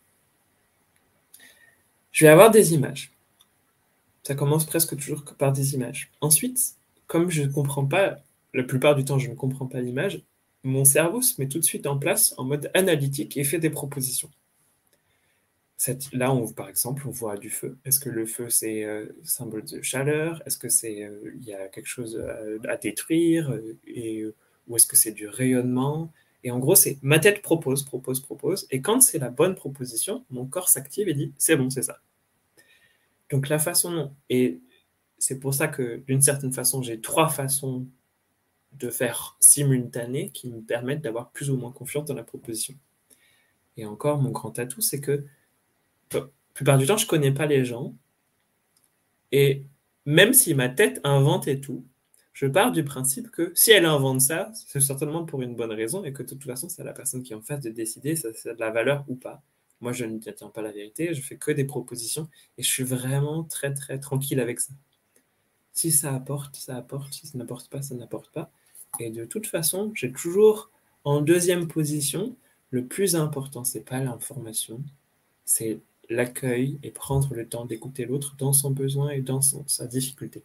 je vais avoir des images. Ça commence presque toujours par des images. Ensuite, comme je ne comprends pas, la plupart du temps, je ne comprends pas l'image, mon cerveau se met tout de suite en place en mode analytique et fait des propositions. Cette, là, on, par exemple, on voit du feu. Est-ce que le feu, c'est euh, symbole de chaleur? Est-ce que c'est euh, il y a quelque chose à, à détruire? euh, et, ou est-ce que c'est du rayonnement? Et en gros, c'est ma tête propose, propose, propose. Et quand c'est la bonne proposition, mon corps s'active et dit, c'est bon, c'est ça. Donc la façon non. Et c'est pour ça que d'une certaine façon, j'ai trois façons de faire simultanées qui me permettent d'avoir plus ou moins confiance dans la proposition. Et encore, mon grand atout, c'est que la plupart du temps, je ne connais pas les gens. Et même si ma tête invente et tout, je pars du principe que si elle invente ça, c'est certainement pour une bonne raison et que de toute façon, c'est à la personne qui est en face de décider si ça a de la valeur ou pas. Moi, je ne détiens pas la vérité, je fais que des propositions et je suis vraiment très, très tranquille avec ça. Si ça apporte, ça apporte. Si ça n'apporte pas, ça n'apporte pas. Et de toute façon, j'ai toujours en deuxième position, le plus important, c'est pas l'information, c'est l'accueil et prendre le temps d'écouter l'autre dans son besoin et dans son, sa difficulté.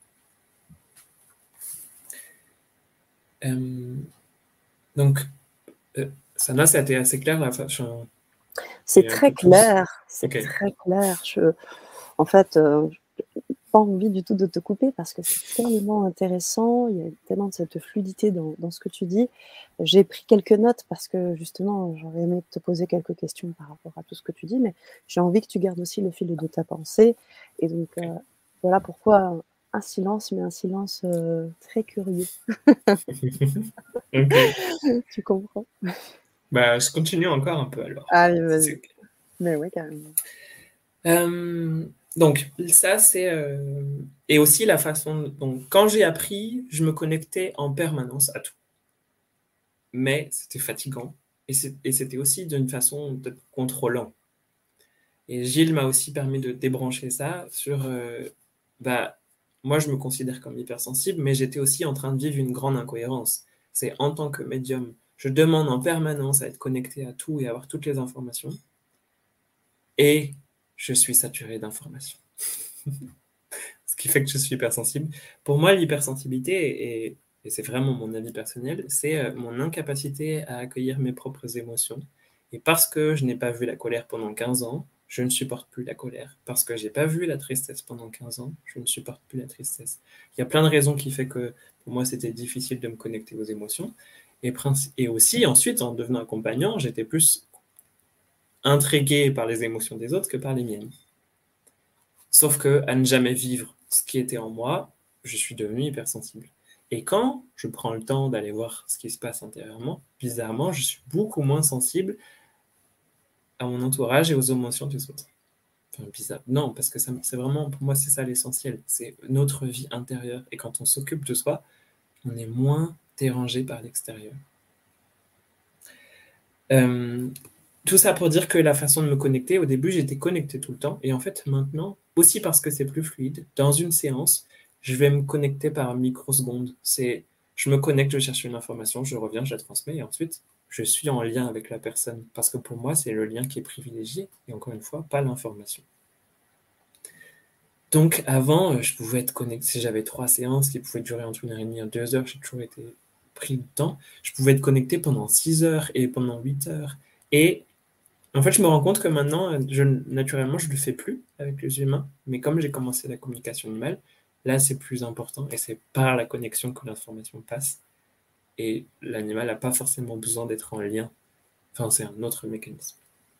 Euh, donc, euh, Sana, ça a été assez clair la façon.
C'est très clair, c'est
okay.
très clair. Je, en fait, euh, pas envie du tout de te couper parce que c'est tellement intéressant, il y a tellement de cette fluidité dans, dans ce que tu dis. J'ai pris quelques notes parce que justement, j'aurais aimé te poser quelques questions par rapport à tout ce que tu dis, mais j'ai envie que tu gardes aussi le fil de ta pensée. Et donc, euh, voilà pourquoi un silence, mais un silence euh, très curieux.
Okay.
Tu comprends?
Bah, je continue encore un peu alors.
Allez, vas-y. Mais oui, carrément.
Euh, donc, ça, c'est... Euh, et aussi la façon... Donc, quand j'ai appris, je me connectais en permanence à tout. Mais c'était fatigant. Et c'était aussi d'une façon peut-être contrôlant. Et Gilles m'a aussi permis de débrancher ça sur... Euh, bah, moi, je me considère comme hypersensible, mais j'étais aussi en train de vivre une grande incohérence. C'est en tant que médium, je demande en permanence à être connecté à tout et à avoir toutes les informations. Et je suis saturé d'informations. Ce qui fait que je suis hypersensible. Pour moi, l'hypersensibilité, et, et c'est vraiment mon avis personnel, c'est mon incapacité à accueillir mes propres émotions. Et parce que je n'ai pas vu la colère pendant quinze ans, je ne supporte plus la colère. Parce que je n'ai pas vu la tristesse pendant quinze ans, je ne supporte plus la tristesse. Il y a plein de raisons qui font que pour moi, c'était difficile de me connecter aux émotions. Et, et aussi, ensuite, en devenant accompagnant, j'étais plus intrigué par les émotions des autres que par les miennes. Sauf que, à ne jamais vivre ce qui était en moi, je suis devenu hypersensible. Et quand je prends le temps d'aller voir ce qui se passe intérieurement, bizarrement, je suis beaucoup moins sensible à mon entourage et aux émotions des autres. Enfin, bizarre. Non, parce que c'est vraiment, pour moi, c'est ça l'essentiel. C'est notre vie intérieure. Et quand on s'occupe de soi, on est moins dérangé par l'extérieur. Euh, tout ça pour dire que la façon de me connecter, au début, j'étais connecté tout le temps. Et en fait, maintenant, aussi parce que c'est plus fluide, dans une séance, je vais me connecter par microsecondes. C'est, je me connecte, je cherche une information, je reviens, je la transmets, et ensuite, je suis en lien avec la personne. Parce que pour moi, c'est le lien qui est privilégié, et encore une fois, pas l'information. Donc, avant, je pouvais être connecté, si j'avais trois séances qui pouvaient durer entre une heure et demie et deux heures, j'ai toujours été pris de temps, je pouvais être connecté pendant six heures et pendant huit heures. Et En fait, je me rends compte que maintenant, je, naturellement, je ne le fais plus avec les humains, mais comme j'ai commencé la communication animale, là, c'est plus important et c'est par la connexion que l'information passe. Et l'animal n'a pas forcément besoin d'être en lien. Enfin, c'est un autre mécanisme.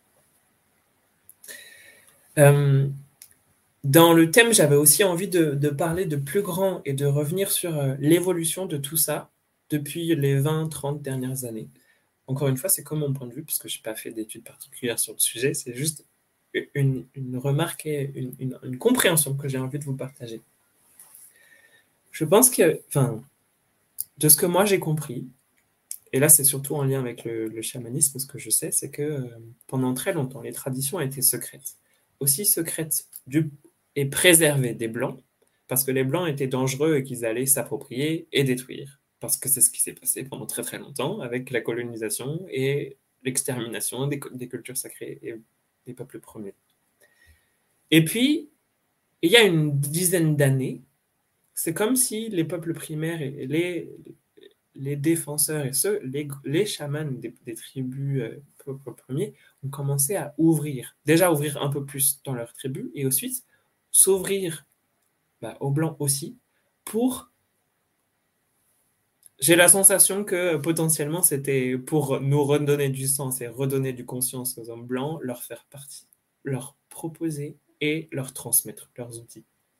Euh, dans le thème, j'avais aussi envie de, de parler de plus grand et de revenir sur euh, l'évolution de tout ça depuis les vingt trente dernières années. Encore une fois, c'est comme mon point de vue, puisque je n'ai pas fait d'études particulières sur le sujet, c'est juste une, une remarque et une, une, une compréhension que j'ai envie de vous partager. Je pense que, enfin, de ce que moi j'ai compris, et là c'est surtout en lien avec le, le chamanisme, ce que je sais, c'est que euh, pendant très longtemps, les traditions étaient secrètes. Aussi secrètes du, et préservées des Blancs, parce que les Blancs étaient dangereux et qu'ils allaient s'approprier et détruire. Parce que c'est ce qui s'est passé pendant très très longtemps avec la colonisation et l'extermination des, des cultures sacrées et des peuples premiers. Et puis, il y a une dizaine d'années, c'est comme si les peuples primaires et les, les défenseurs et ceux, les, les chamans des, des tribus euh, peuples premiers ont commencé à ouvrir, déjà ouvrir un peu plus dans leur tribu et ensuite s'ouvrir bah, aux Blancs aussi pour... J'ai la sensation que potentiellement c'était pour nous redonner du sens et redonner du conscience aux hommes blancs, leur faire partie, leur proposer et leur transmettre leurs outils.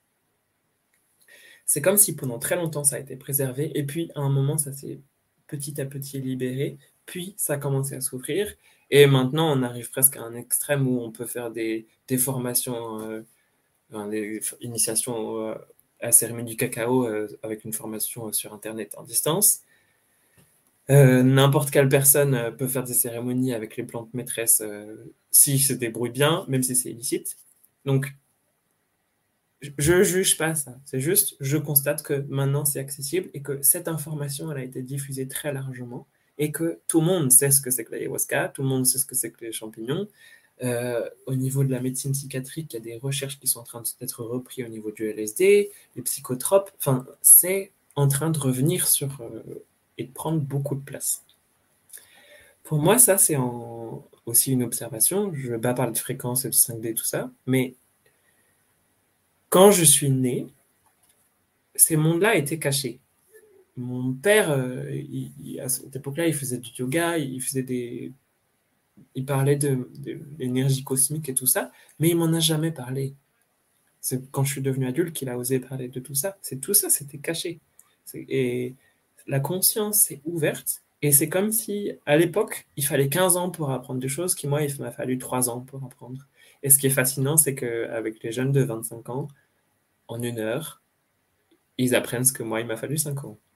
C'est comme si pendant très longtemps ça a été préservé et puis à un moment ça s'est petit à petit libéré, puis ça a commencé à s'ouvrir et maintenant on arrive presque à un extrême où on peut faire des, des formations, euh, des initiations euh, à la cérémonie du cacao euh, avec une formation euh, sur internet en distance. Euh, n'importe quelle personne euh, peut faire des cérémonies avec les plantes maîtresses euh, si se débrouille bien, même si c'est illicite. Donc, je ne juge pas ça. C'est juste, je constate que maintenant c'est accessible et que cette information, elle a été diffusée très largement et que tout le monde sait ce que c'est que l'ayahuasca, tout le monde sait ce que c'est que les champignons. Euh, au niveau de la médecine psychiatrique, il y a des recherches qui sont en train d'être reprises au niveau du L S D, les psychotropes. Enfin, c'est en train de revenir sur... Euh, et de prendre beaucoup de place. Pour moi, ça, c'est en... aussi une observation. Je ne vais pas parler de fréquence et de cinq D, tout ça, mais quand je suis né, ces mondes-là étaient cachés. Mon père, euh, il, il, à cette époque-là, il faisait du yoga, il faisait des... il parlait de, de l'énergie cosmique et tout ça, mais il m'en a jamais parlé. C'est quand je suis devenu adulte qu'il a osé parler de tout ça. C'est tout ça, c'était caché. Et la conscience s'est ouverte. Et c'est comme si, à l'époque, il fallait quinze ans pour apprendre des choses qui, moi, il m'a fallu trois ans pour apprendre. Et ce qui est fascinant, c'est qu'avec les jeunes de vingt-cinq ans, en une heure, ils apprennent ce que moi, il m'a fallu cinq ans.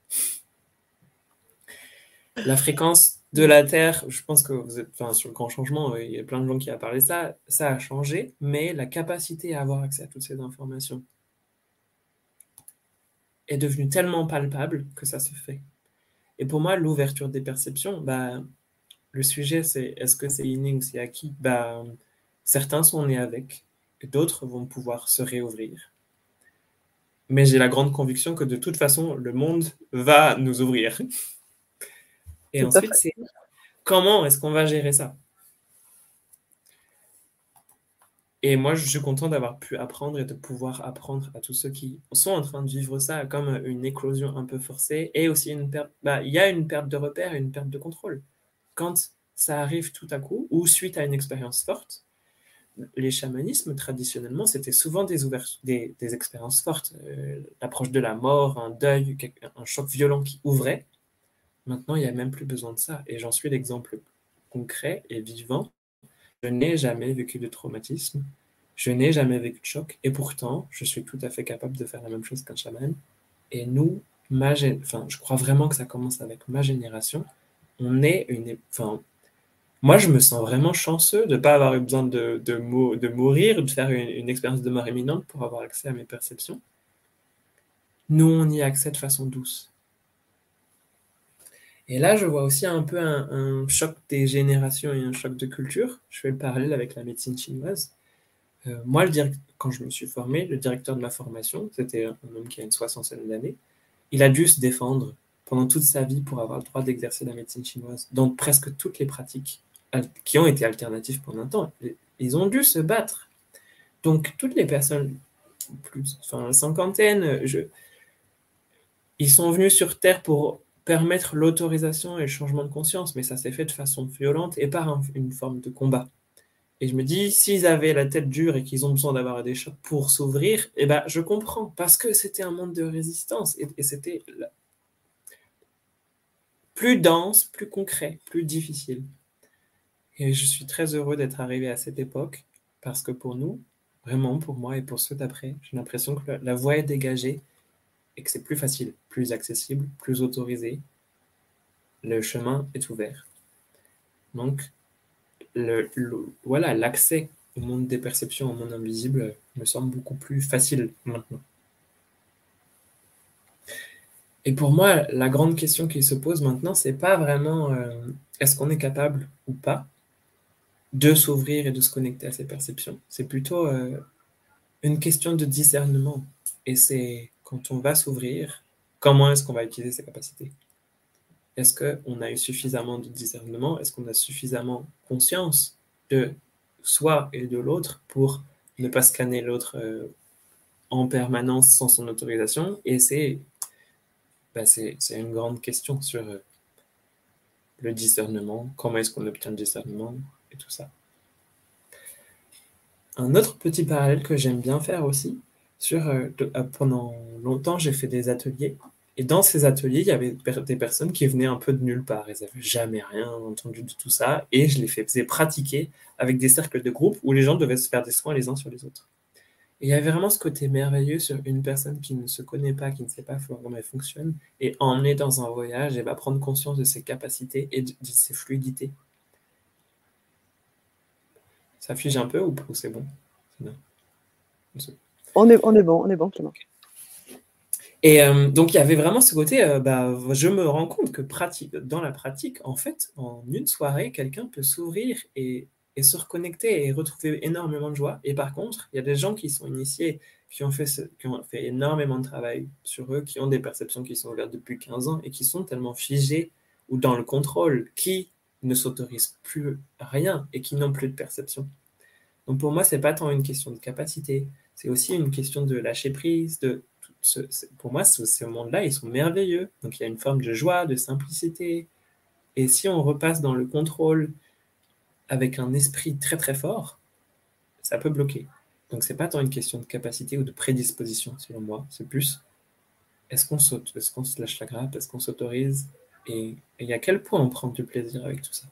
La fréquence de la Terre, je pense que vous êtes, enfin, sur le grand changement, il y a plein de gens qui ont parlé de ça, ça a changé, mais la capacité à avoir accès à toutes ces informations est devenue tellement palpable que ça se fait. Et pour moi, l'ouverture des perceptions, bah, le sujet, c'est est-ce que c'est inné ou c'est acquis? Bah, certains sont nés avec, et d'autres vont pouvoir se réouvrir. Mais j'ai la grande conviction que de toute façon, le monde va nous ouvrir. Et
Tout
ensuite, c'est comment est-ce qu'on va gérer ça? Et moi, je suis content d'avoir pu apprendre et de pouvoir apprendre à tous ceux qui sont en train de vivre ça comme une éclosion un peu forcée et aussi une perte. Bah, il y a une perte de repère et une perte de contrôle. Quand ça arrive tout à coup ou suite à une expérience forte, les chamanismes, traditionnellement, c'était souvent des, des, des expériences fortes. Euh, l'approche de la mort, un deuil, un choc violent qui ouvrait. Maintenant, il n'y a même plus besoin de ça. Et j'en suis l'exemple concret et vivant. Je n'ai jamais vécu de traumatisme. Je n'ai jamais vécu de choc. Et pourtant, je suis tout à fait capable de faire la même chose qu'un chaman. Et nous, ma enfin, je crois vraiment que ça commence avec ma génération. On est une... Enfin, moi, je me sens vraiment chanceux de ne pas avoir eu besoin de, de, mou de mourir, de faire une, une expérience de mort imminente pour avoir accès à mes perceptions. Nous, on y a accès de façon douce. Et là, je vois aussi un peu un, un choc des générations et un choc de culture. Je fais le parallèle avec la médecine chinoise. Euh, moi, le direct... quand je me suis formé, le directeur de ma formation, c'était un homme qui a une soixantaine d'années, il a dû se défendre pendant toute sa vie pour avoir le droit d'exercer la médecine chinoise dans presque toutes les pratiques. qui ont été alternatifs pendant un temps, ils ont dû se battre. Donc, toutes les personnes, plus, enfin, la cinquantaine, je, ils sont venus sur Terre pour permettre l'autorisation et le changement de conscience, mais ça s'est fait de façon violente et par un, une forme de combat. Et je me dis, s'ils avaient la tête dure et qu'ils ont besoin d'avoir des chocs pour s'ouvrir, eh ben, je comprends, parce que c'était un monde de résistance et, et c'était plus dense, plus concret, plus difficile. Et je suis très heureux d'être arrivé à cette époque, parce que pour nous, vraiment pour moi et pour ceux d'après, j'ai l'impression que la voie est dégagée et que c'est plus facile, plus accessible, plus autorisé. Le chemin est ouvert. Donc, le, le, voilà, l'accès au monde des perceptions, au monde invisible, me semble beaucoup plus facile maintenant. Et pour moi, la grande question qui se pose maintenant, c'est pas vraiment euh, est-ce qu'on est capable ou pas de s'ouvrir et de se connecter à ces perceptions. C'est plutôt euh, une question de discernement. Et c'est quand on va s'ouvrir, comment est-ce qu'on va utiliser ces capacités? Est-ce qu'on a eu suffisamment de discernement? Est-ce qu'on a suffisamment conscience de soi et de l'autre pour ne pas scanner l'autre euh, en permanence sans son autorisation? Et c'est bah, c'est une grande question sur euh, le discernement, comment est-ce qu'on obtient le discernement et tout ça. Un autre petit parallèle que j'aime bien faire aussi, sur, euh, de, euh, pendant longtemps, j'ai fait des ateliers. Et dans ces ateliers, il y avait des personnes qui venaient un peu de nulle part. Elles n'avaient jamais rien entendu de tout ça. Et je les faisais pratiquer avec des cercles de groupe où les gens devaient se faire des soins les uns sur les autres. Et il y avait vraiment ce côté merveilleux sur une personne qui ne se connaît pas, qui ne sait pas comment elle fonctionne, et emmener dans un voyage, et va prendre conscience de ses capacités et de, de ses fluidités. Ça fige un peu ou c'est bon? Non.
On est, on est bon, on est bon, Clément.
Et euh, donc, il y avait vraiment ce côté, euh, bah, je me rends compte que pratique, dans la pratique, en fait, en une soirée, quelqu'un peut s'ouvrir et, et se reconnecter et retrouver énormément de joie. Et par contre, il y a des gens qui sont initiés, qui ont fait, ce, qui ont fait énormément de travail sur eux, qui ont des perceptions qui sont ouvertes depuis quinze ans et qui sont tellement figées ou dans le contrôle, qui ne s'autorisent plus rien et qui n'ont plus de perception. Donc pour moi, c'est pas tant une question de capacité, c'est aussi une question de lâcher prise, de Ce, pour moi, ce, ces mondes-là, ils sont merveilleux. Donc, il y a une forme de joie, de simplicité. Et si on repasse dans le contrôle avec un esprit très, très fort, ça peut bloquer. Donc, c'est pas tant une question de capacité ou de prédisposition, selon moi. C'est plus, est-ce qu'on saute? Est-ce qu'on se lâche la grappe? Est-ce qu'on s'autorise? Et, et à quel point on prend du plaisir avec tout ça?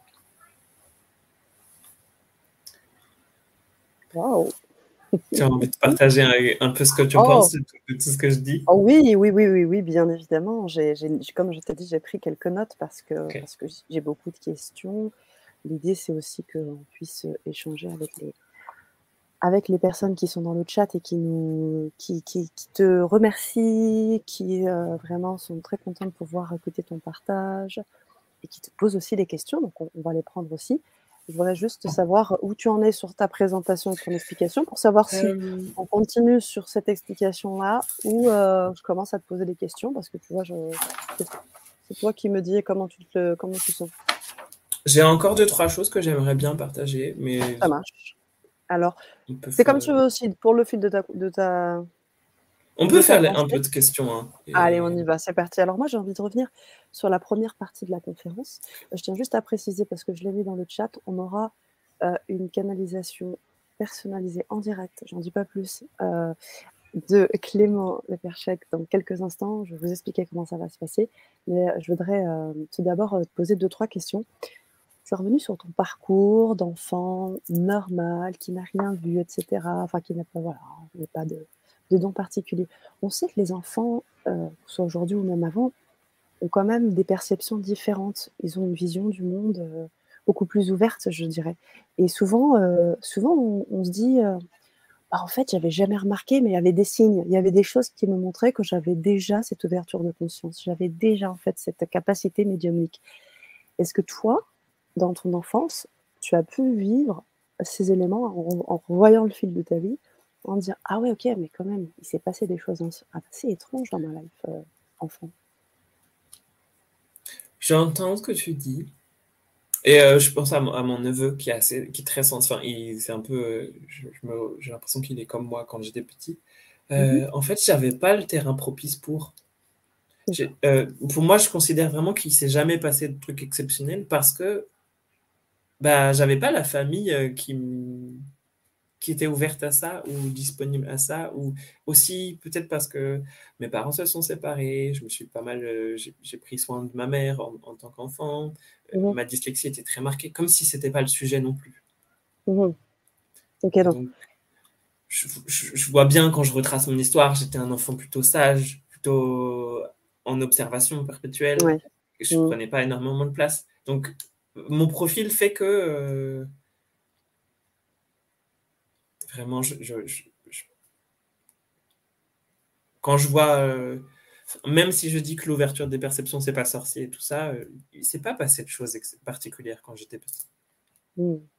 Waouh!
Tu as envie de partager un, un peu ce que tu oh. penses de tout, de tout ce que je dis?
Oh oui, oui, oui, oui, oui, bien évidemment. J'ai, j'ai, comme je t'ai dit, j'ai pris quelques notes parce que, okay. parce que j'ai beaucoup de questions. L'idée, c'est aussi qu'on puisse échanger avec les, avec les personnes qui sont dans le chat et qui, nous, qui, qui, qui te remercient, qui euh, vraiment sont très contents de pouvoir écouter ton partage et qui te posent aussi des questions. Donc, on, on va les prendre aussi. Je voudrais juste savoir où tu en es sur ta présentation et ton explication pour savoir si euh... on continue sur cette explication-là ou euh, je commence à te poser des questions parce que tu vois, je... c'est toi qui me dis comment tu, te... comment tu sens.
J'ai encore deux, trois choses que j'aimerais bien partager, mais...
Ça marche. Alors, c'est faire... comme tu veux aussi, pour le fil de ta... De ta...
On peut faire un peu de questions. Hein,
et... Allez, on y va, c'est parti. Alors moi, j'ai envie de revenir sur la première partie de la conférence. Je tiens juste à préciser, parce que je l'ai mis dans le chat, on aura euh, une canalisation personnalisée en direct, j'en dis pas plus, euh, de Clément Leperchec dans quelques instants. Je vais vous expliquer comment ça va se passer. Mais je voudrais euh, tout d'abord te poser deux, trois questions. Tu es revenu sur ton parcours d'enfant normal, qui n'a rien vu, et cetera. Enfin, qui n'a pas, voilà, pas de... de dons particuliers. On sait que les enfants, euh, soit aujourd'hui ou même avant, ont quand même des perceptions différentes. Ils ont une vision du monde euh, beaucoup plus ouverte, je dirais. Et souvent, euh, souvent on, on se dit, euh, bah, en fait, j'avais jamais remarqué, mais il y avait des signes, il y avait des choses qui me montraient que j'avais déjà cette ouverture de conscience, j'avais déjà en fait cette capacité médiumnique. Est-ce que toi, dans ton enfance, tu as pu vivre ces éléments en, en voyant le fil de ta vie, en dire « Ah ouais, ok, mais quand même, il s'est passé des choses assez étranges dans ma life euh, enfant. »
J'entends ce que tu dis. Et euh, je pense à mon, à mon neveu qui est, assez, qui est très sens. Enfin, il- c'est un peu. euh, je- je me- j'ai l'impression qu'il est comme moi quand j'étais petit.
Mhm.
Euh, en fait, j'avais pas le terrain propice pour. J'ai-
D'accord.
euh, pour moi, je considère vraiment qu'il s'est jamais passé de trucs exceptionnels parce que bah, j'avais pas la famille euh, qui, m- qui était ouverte à ça ou disponible à ça, ou aussi peut-être parce que mes parents se sont séparés, je me suis pas mal, euh, j'ai j'ai pris soin de ma mère en, en tant qu'enfant. Euh,
Mhm.
ma dyslexie était très marquée, comme si c'était pas le sujet non plus.
Mhm. Ok,
Et
donc.
donc, je, je- je vois bien quand je retrace mon histoire, j'étais un enfant plutôt sage, plutôt en observation perpétuelle,
Ouais.
et je
Mhm.
prenais pas énormément de place. Donc, mon profil fait que euh, vraiment, je, je- je- je- quand je vois, euh, même si je dis que l'ouverture des perceptions, c'est pas sorcier et tout ça, euh, il s'est pas passé de choses ex- particulières quand j'étais petit.
Mhm.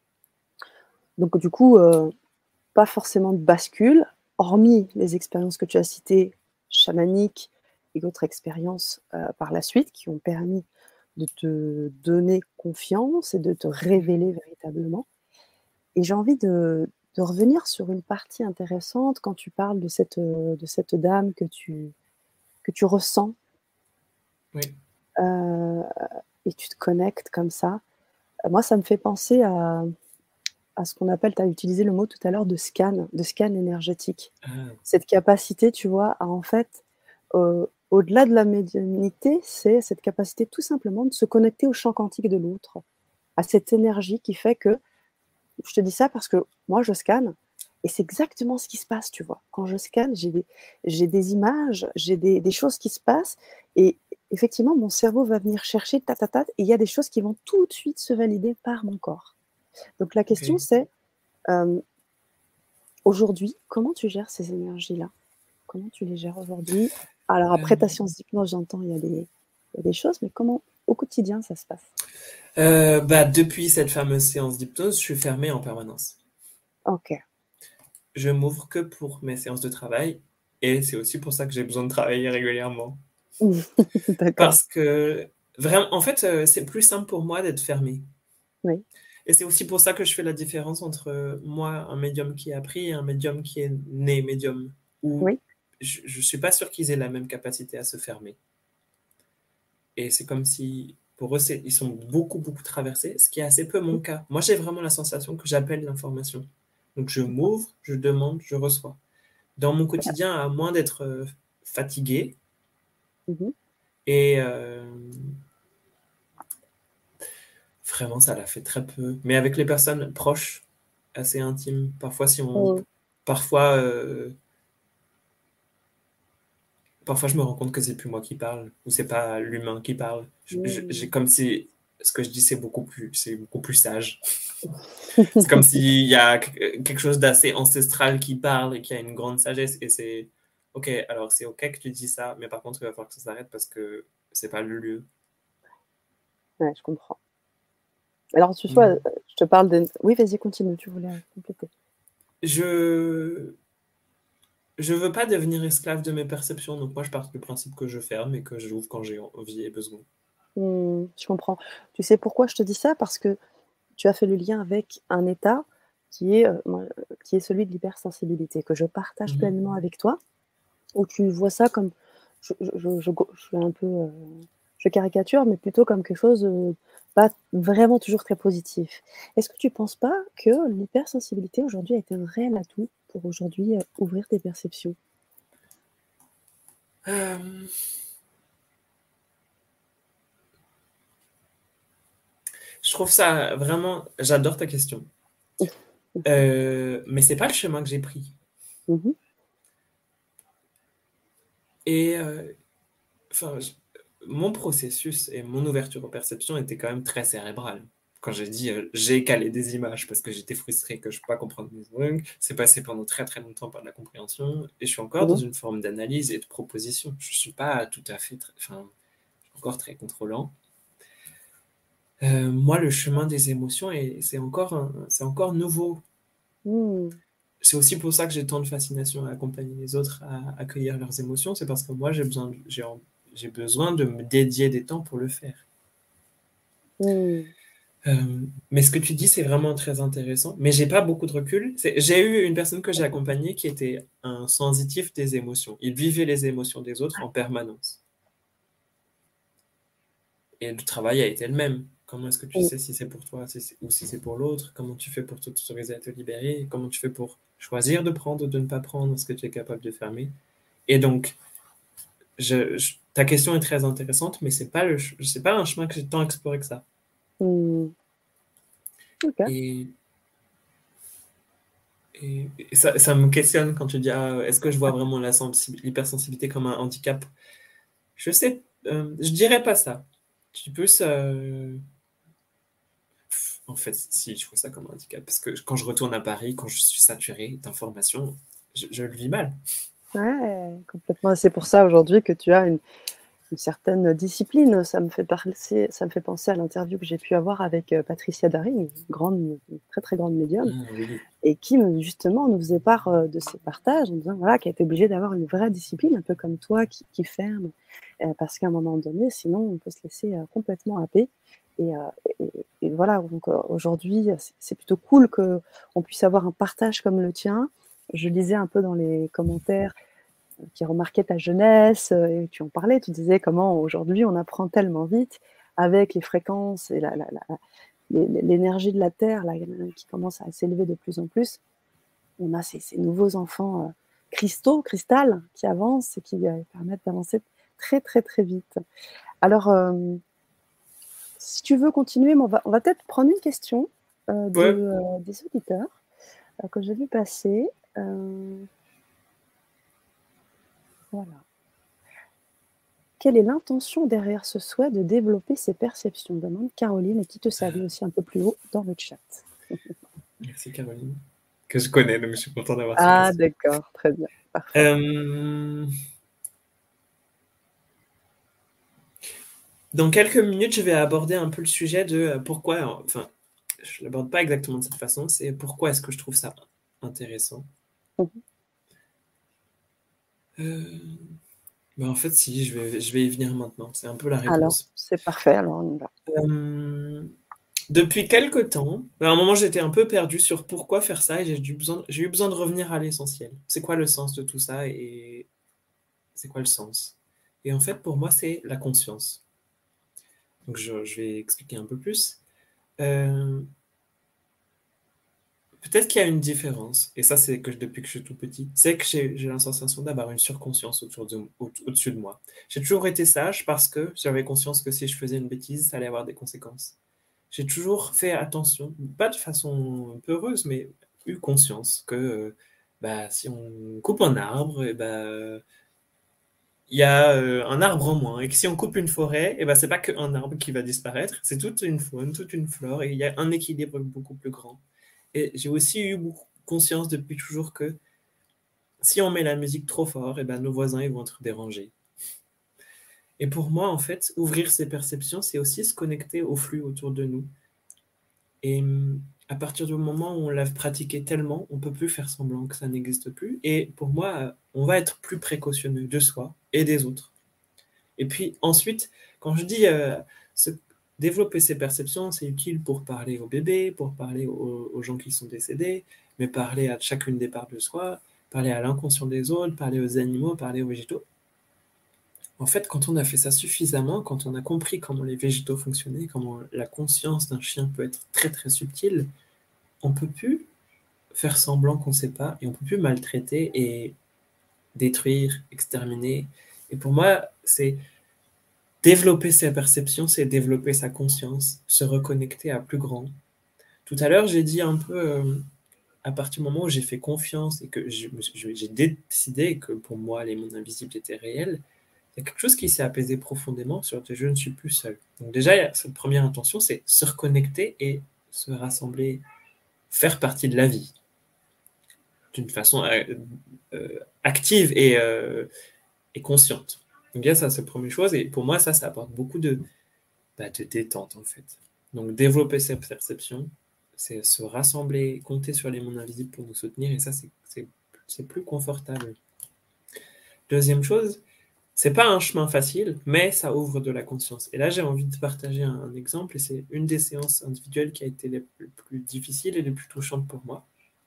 Donc, du coup, euh, pas forcément de bascule, hormis les expériences que tu as citées, chamaniques et d'autres expériences euh, par la suite qui ont permis de te donner confiance et de te révéler véritablement. Et j'ai envie de, de revenir sur une partie intéressante quand tu parles de cette, euh, de cette dame que tu, que tu ressens
Oui.
euh, et tu te connectes comme ça. Moi, ça me fait penser à, à ce qu'on appelle, tu as utilisé le mot tout à l'heure de scan, de scan énergétique.
Ah,
Cette capacité, tu vois, à en fait, euh, au-delà de la médiumnité, c'est cette capacité tout simplement de se connecter au champ quantique de l'autre, à cette énergie qui fait que, je te dis ça parce que moi, je scanne, et c'est exactement ce qui se passe, tu vois. Quand je scanne, j'ai des, j'ai des images, j'ai des, des choses qui se passent, et effectivement, mon cerveau va venir chercher, ta, ta, ta, et il y a des choses qui vont tout de suite se valider par mon corps. Donc la question,
ok.
c'est, euh, aujourd'hui, comment tu gères ces énergies-là? Comment tu les gères aujourd'hui? Alors après ta
Euh,
séance d'hypnose, j'entends, il y a des, il y a des choses, mais comment au quotidien ça se passe?
euh, bah, depuis cette fameuse séance d'hypnose, je suis fermé en permanence.
Ok.
Je m'ouvre que pour mes séances de travail, et c'est aussi pour ça que j'ai besoin de travailler régulièrement.
D'accord.
Parce que, vraiment, en fait, euh, c'est plus simple pour moi d'être fermé.
Oui.
Et c'est aussi pour ça que je fais la différence entre euh, moi, un médium qui a appris, et un médium qui est né médium. Où
Oui.
je ne suis pas sûr qu'ils aient la même capacité à se fermer. Et c'est comme si, pour eux, c'est- ils sont beaucoup, beaucoup traversés, ce qui est assez peu mon cas. Moi, j'ai vraiment la sensation que j'appelle l'information. Donc, je
D'accord.
m'ouvre, je demande, je reçois. Dans mon quotidien, à moins d'être euh, fatigué,
Mhm.
et euh, vraiment, ça l'a fait très peu. Mais avec les personnes proches, assez intimes, parfois, si on,
Mm.
parfois, euh, parfois, je me rends compte que c'est plus moi qui parle, ou c'est pas l'humain qui parle. Je- je- J'ai
Mm.
comme si ce que je dis, c'est beaucoup plus, c'est beaucoup plus sage. C'est comme s'il y a quelque chose d'assez ancestral qui parle et qui a une grande sagesse. Et c'est OK, alors c'est OK que tu dis ça, mais par contre, il va falloir que ça s'arrête parce que c'est pas le lieu.
Ouais, je comprends. Alors, tu vois,
Donc,
euh, je te parle de... Oui, vas-y, continue, tu voulais compléter.
je je veux pas devenir esclave de mes perceptions. Donc moi, je pars du principe que je ferme et que j'ouvre quand j'ai envie et besoin.
Mm, je comprends. Tu sais pourquoi je te dis ça? Parce que tu as fait le lien avec un état qui est, euh, moi, qui est celui de l'hypersensibilité, que je partage
Mhm.
pleinement avec toi, où tu vois ça comme, je, je, je, je, je suis un peu, euh, je caricature, mais plutôt comme quelque chose de pas vraiment toujours très positif. Est-ce que tu ne penses pas que l'hypersensibilité aujourd'hui a été un réel atout pour aujourd'hui euh, ouvrir tes perceptions?
Euh, je trouve ça vraiment. J'adore ta question. Euh, mais c'est pas le chemin que j'ai pris.
Mhm.
Et euh, enfin, je- mon processus et mon ouverture aux perceptions était quand même très cérébral. Quand j'ai dit euh, j'ai calé des images parce que j'étais frustré que je ne peux pas comprendre mes trucs, c'est passé pendant très très longtemps par de la compréhension et je suis encore dans
Mhm.
une forme d'analyse et de proposition. Je ne suis pas tout à fait, très- enfin, je suis encore très contrôlant. Euh, moi, le chemin des émotions, et c'est encore, un- c'est encore nouveau.
Mhm.
C'est aussi pour ça que j'ai tant de fascination à accompagner les autres à accueillir leurs émotions. C'est parce que moi, j'ai besoin, j'ai, j'ai besoin de me dédier des temps pour le faire.
Mhm.
Euh, mais ce que tu dis, c'est vraiment très intéressant. Mais j'ai pas beaucoup de recul. C'est- J'ai eu une personne que j'ai accompagnée qui était un sensitif des émotions. Il vivait les émotions des autres en permanence. Et le travail a été le même. Comment est-ce que tu
Mm.
sais si c'est pour toi si c'est- ou si c'est pour l'autre? Comment tu fais pour t'autoriser à te libérer? Comment tu fais pour choisir de prendre ou de ne pas prendre ce que tu es capable de fermer? Et donc, je, je- ta question est très intéressante, mais c'est pas le, ch- c'est pas un chemin que j'ai tant exploré que ça.
Mm. Ok.
Et, et- et ça, ça me questionne quand tu dis, ah, est-ce que je vois vraiment la sensi- l'hypersensibilité comme un handicap? Je sais, euh, je dirais pas ça. Tu peux ça. En fait, si, je vois ça comme un handicap. Parce que quand je retourne à Paris, quand je suis saturé d'informations, je, je le vis mal.
Ouais, complètement. C'est pour ça aujourd'hui que tu as une, une certaine discipline. Ça me fait penser, ça me fait penser à l'interview que j'ai pu avoir avec euh, Patricia Darry, une grande, une très très grande médium,
Ah, oui.
et qui me- justement nous faisait part euh, de ses partages en disant voilà, qu'elle était obligée d'avoir une vraie discipline, un peu comme toi qui, qui ferme, euh, parce qu'à un moment donné, sinon on peut se laisser euh, complètement happer. Et, euh, et, et voilà, donc euh, aujourd'hui, c'est, c'est plutôt cool qu'on puisse avoir un partage comme le tien. Je lisais un peu dans les commentaires qui remarquait ta jeunesse, euh, et tu en parlais, tu disais comment aujourd'hui on apprend tellement vite avec les fréquences et la, la, la, l'énergie de la Terre là, qui commence à s'élever de plus en plus. On a ces, ces nouveaux enfants euh, cristaux, cristal, qui avancent et qui euh, permettent d'avancer très très très vite. Alors, euh, si tu veux continuer, on va, on va peut-être prendre une question euh, de,
Ouais.
euh, des auditeurs euh, que j'ai vu passer. Euh, voilà. Quelle est l'intention derrière ce souhait de développer ses perceptions? Demande Caroline, et qui te salue aussi un peu plus haut dans le chat.
Merci Caroline. Que je connais, donc je suis content d'avoir ces
Ah,
questions.
d'accord, très bien, parfait.
Euh, Dans quelques minutes, je vais aborder un peu le sujet de euh, pourquoi, enfin, je ne l'aborde pas exactement de cette façon, c'est pourquoi est-ce que je trouve ça intéressant.
Mhm.
Euh, ben, en fait, si, je vais, je vais y venir maintenant. C'est un peu la
Alors,
réponse.
c'est parfait, alors on y va.
Euh, Depuis quelque temps, à un moment, j'étais un peu perdu sur pourquoi faire ça et j'ai eu besoin, j'ai eu besoin de revenir à l'essentiel. C'est quoi le sens de tout ça et c'est quoi le sens? Et en fait, pour moi, c'est la conscience. Donc, je, je vais expliquer un peu plus. Euh, Peut-être qu'il y a une différence, et ça, c'est que je- depuis que je suis tout petit, c'est que j'ai j'ai la sensation d'avoir une surconscience autour de, au- au-dessus de moi. J'ai toujours été sage parce que j'avais conscience que si je faisais une bêtise, ça allait avoir des conséquences. J'ai toujours fait attention, pas de façon peureuse, mais eu conscience que euh, bah, si on coupe un arbre, et bah, il y a euh, un arbre en moins. Et que si on coupe une forêt, et bah, c'est pas qu'un arbre qui va disparaître, c'est toute une faune, toute une flore, et il y a un équilibre beaucoup plus grand. Et j'ai aussi eu beaucoup conscience depuis toujours que si on met la musique trop fort, et ben, nos voisins ils vont être dérangés. Et pour moi, en fait, ouvrir ses perceptions, c'est aussi se connecter au flux autour de nous. Et hum, à partir du moment où on l'a pratiqué tellement, on peut plus faire semblant que ça n'existe plus. Et pour moi, euh, on va être plus précautionneux de soi et des autres. Et puis ensuite, quand je dis euh, se développer ses perceptions, c'est utile pour parler aux bébés, pour parler aux, aux gens qui sont décédés, mais parler à chacune des parts de soi, parler à l'inconscient des autres, parler aux animaux, parler aux végétaux. En fait, quand on a fait ça suffisamment, quand on a compris comment les végétaux fonctionnaient, comment la conscience d'un chien peut être très très subtile, on peut plus faire semblant qu'on ne sait pas et on peut plus maltraiter et détruire, exterminer. Et pour moi, c'est développer ses perceptions, c'est développer sa conscience, se reconnecter à plus grand. Tout à l'heure, j'ai dit un peu, euh, à partir du moment où j'ai fait confiance et que je- je- j'ai décidé que pour moi, les mondes invisibles étaient réels, il y a quelque chose qui s'est apaisé profondément sur que je ne suis plus seul. Donc déjà, il y a cette première intention, c'est se reconnecter et se rassembler, faire partie de la vie d'une façon euh, euh, active et, euh, et consciente. Donc, il y a ça, c'est la première chose. Et pour moi, ça, ça apporte beaucoup de, bah, de détente, en fait. Donc, développer ses perceptions, c'est se rassembler, compter sur les mondes invisibles pour nous soutenir. Et ça, c'est, c'est, c'est plus confortable. Deuxième chose, C'est pas un chemin facile, mais ça ouvre de la conscience. Et là, j'ai envie de partager un, un exemple, et c'est une des séances individuelles qui a été les plus, plus difficiles et les plus touchantes pour moi.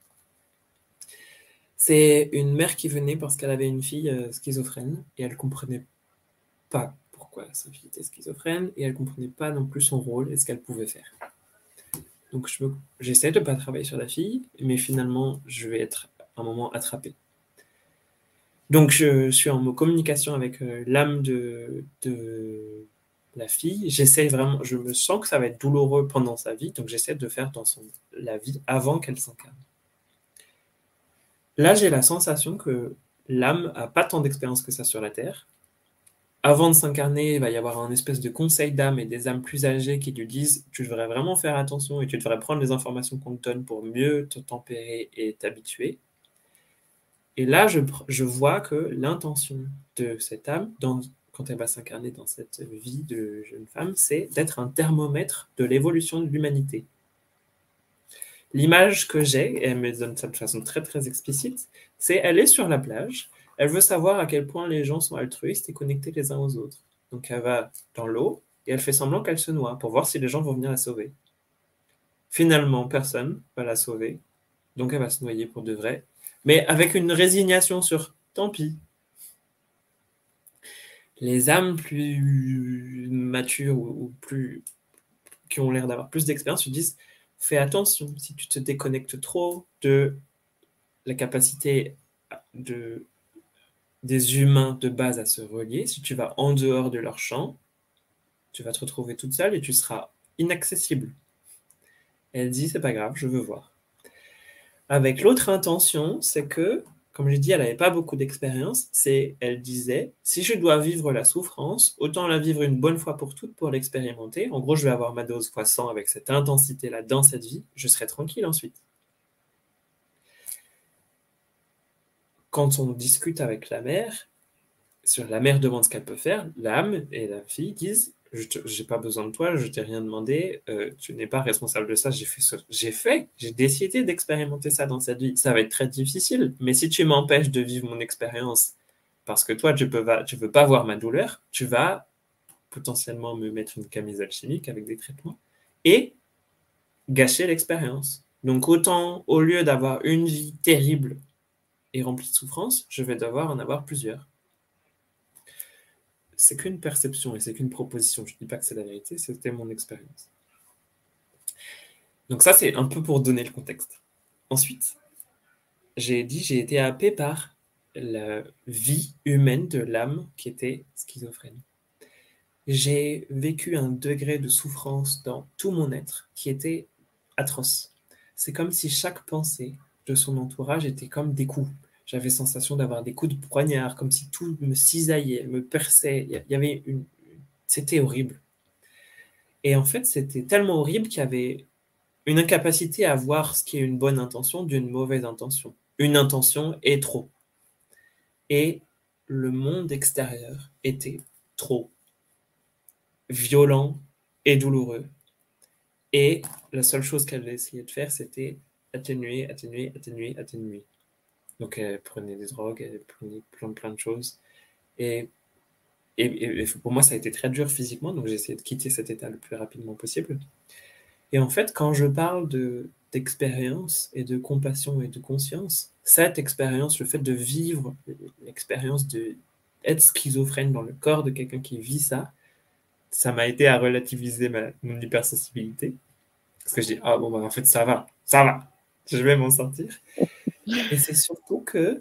C'est une mère qui venait parce qu'elle avait une fille euh, schizophrène, et elle comprenait pas pourquoi sa fille était schizophrène, et elle comprenait pas non plus son rôle et ce qu'elle pouvait faire. Donc je me, j'essaie de pas travailler sur la fille, mais finalement, je vais être à un moment attrapé. Donc, je suis en communication avec euh, l'âme de, de la fille. J'essaie vraiment, je me sens que ça va être douloureux pendant sa vie, donc j'essaie de faire dans son, la vie avant qu'elle s'incarne. Là, j'ai la sensation que l'âme a pas tant d'expérience que ça sur la Terre. Avant de s'incarner, il va y avoir un espèce de conseil d'âme et des âmes plus âgées qui lui disent « tu devrais vraiment faire attention et tu devrais prendre les informations qu'on te donne pour mieux te tempérer et t'habituer ». Et là, je, je vois que l'intention de cette âme, dans, quand elle va s'incarner dans cette vie de jeune femme, c'est d'être un thermomètre de l'évolution de l'humanité. L'image que j'ai, et elle me donne ça de façon très très explicite, c'est elle est sur la plage, elle veut savoir à quel point les gens sont altruistes et connectés les uns aux autres. Donc elle va dans l'eau et elle fait semblant qu'elle se noie pour voir si les gens vont venir la sauver. Finalement, personne va la sauver, donc elle va se noyer pour de vrai, mais avec une résignation sur « tant pis ». Les âmes plus matures ou, ou plus, qui ont l'air d'avoir plus d'expérience se disent « fais attention, si tu te déconnectes trop de la capacité de, des humains de base à se relier, si tu vas en dehors de leur champ, tu vas te retrouver toute seule et tu seras inaccessible. » Elle dit « c'est pas grave, je veux voir ». Avec l'autre intention, c'est que, comme j'ai dit, elle n'avait pas beaucoup d'expérience, c'est, elle disait, si je dois vivre la souffrance, autant la vivre une bonne fois pour toutes pour l'expérimenter. En gros, je vais avoir ma dose fois cent avec cette intensité-là dans cette vie, je serai tranquille ensuite. Quand on discute avec la mère, sur la mère demande ce qu'elle peut faire, l'âme et la fille disent, je n'ai pas besoin de toi, je t'ai rien demandé, euh, tu n'es pas responsable de ça, j'ai fait, ce... j'ai fait, j'ai décidé d'expérimenter ça dans cette vie, ça va être très difficile, mais si tu m'empêches de vivre mon expérience, parce que toi, tu ne peux, tu peux pas voir ma douleur, tu vas potentiellement me mettre une camisole chimique avec des traitements, et gâcher l'expérience. Donc autant, au lieu d'avoir une vie terrible et remplie de souffrance, je vais devoir en avoir plusieurs. C'est qu'une perception et c'est qu'une proposition. Je ne dis pas que c'est la vérité, c'était mon expérience. Donc ça, c'est un peu pour donner le contexte. Ensuite, j'ai dit, j'ai été happé par la vie humaine de l'âme qui était schizophrène. J'ai vécu un degré de souffrance dans tout mon être qui était atroce. C'est comme si chaque pensée de son entourage était comme des coups. J'avais sensation d'avoir des coups de poignard, comme si tout me cisaillait, me perçait. Il y avait une... C'était horrible. Et en fait, c'était tellement horrible qu'il y avait une incapacité à voir ce qui est une bonne intention d'une mauvaise intention. Une intention est trop. Et le monde extérieur était trop violent et douloureux. Et la seule chose qu'elle essayait de faire, c'était atténuer, atténuer, atténuer, atténuer. Donc elle prenait des drogues, elle prenait plein, plein de choses. Et, et, et pour moi, ça a été très dur physiquement, donc j'ai essayé de quitter cet état le plus rapidement possible. Et en fait, quand je parle de, d'expérience et de compassion et de conscience, cette expérience, le fait de vivre l'expérience d'être schizophrène dans le corps de quelqu'un qui vit ça, ça m'a aidé à relativiser ma, mon hypersensibilité. Parce que je dis, ah bon, bah, en fait, ça va, ça va, je vais m'en sortir. Et c'est surtout que,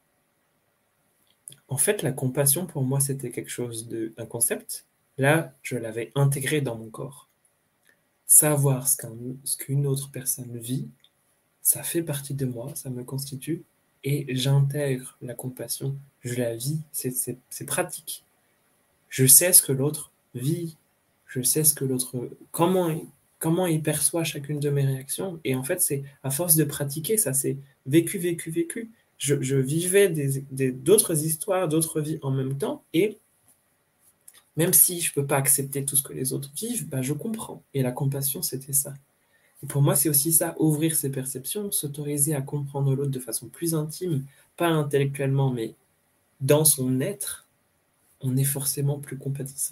en fait, la compassion, pour moi, c'était quelque chose de, un concept. Là, je l'avais intégré dans mon corps. Savoir ce, qu'un, ce qu'une autre personne vit, ça fait partie de moi, ça me constitue, et j'intègre la compassion, je la vis, c'est, c'est, c'est pratique. Je sais ce que l'autre vit, je sais ce que l'autre, comment, comment il perçoit chacune de mes réactions, et en fait, c'est à force de pratiquer, ça s'est vécu, vécu, vécu. Je, je vivais des, des, d'autres histoires, d'autres vies en même temps, et même si je ne peux pas accepter tout ce que les autres vivent, bah, je comprends. Et la compassion, c'était ça. Et pour moi, c'est aussi ça, ouvrir ses perceptions, s'autoriser à comprendre l'autre de façon plus intime, pas intellectuellement, mais dans son être, on est forcément plus compatissant.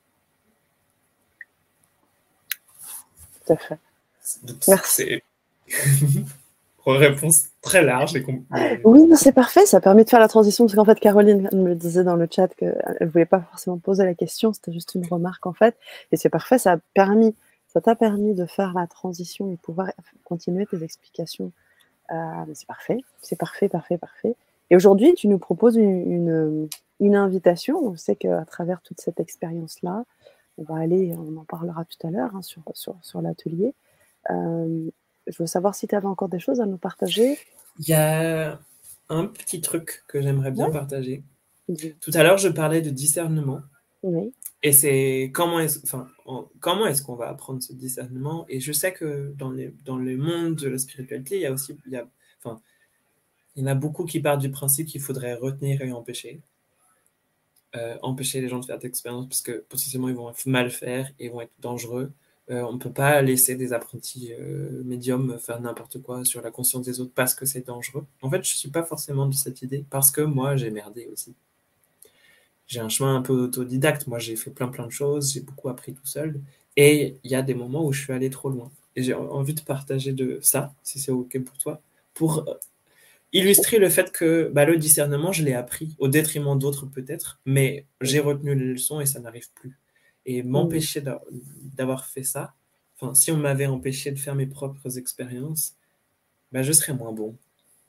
Tout à fait.
Donc,
Merci.
c'est une réponse très large. Et mais...
Oui, c'est parfait, ça permet de faire la transition, parce qu'en fait, Caroline me disait dans le chat qu'elle ne voulait pas forcément poser la question, c'était juste une remarque, en fait, et c'est parfait, ça a permis, ça t'a permis de faire la transition et pouvoir continuer tes explications. Euh, c'est parfait, c'est parfait, parfait, parfait. Et aujourd'hui, tu nous proposes une, une, une invitation. On sait qu'à travers toute cette expérience-là, on va aller, on en parlera tout à l'heure hein, sur, sur, sur l'atelier. Euh, je veux savoir si tu avais encore des choses à nous partager.
Il y a un petit truc que j'aimerais bien
ouais.
partager.
Oui.
Tout à l'heure, je parlais de discernement.
Oui.
Et c'est comment est-ce, enfin, comment est-ce qu'on va apprendre ce discernement? Et je sais que dans, les, dans le monde de la spiritualité, il y a aussi, il y a, enfin, il y en a beaucoup qui partent du principe qu'il faudrait retenir et empêcher. Euh, empêcher les gens de faire d'expériences parce que potentiellement ils vont mal faire et vont être dangereux. Euh, on ne peut pas laisser des apprentis euh, médiums faire n'importe quoi sur la conscience des autres parce que c'est dangereux. En fait, je ne suis pas forcément de cette idée parce que moi, j'ai merdé aussi. J'ai un chemin un peu autodidacte. Moi, j'ai fait plein plein de choses, j'ai beaucoup appris tout seul. Et il y a des moments où je suis allé trop loin. Et j'ai envie de partager de ça, si c'est OK pour toi, pour illustrer le fait que bah, le discernement, je l'ai appris, au détriment d'autres peut-être, mais j'ai retenu les leçons et ça n'arrive plus. Et m'empêcher d'avoir fait ça, enfin, si on m'avait empêché de faire mes propres expériences, bah, je serais moins bon.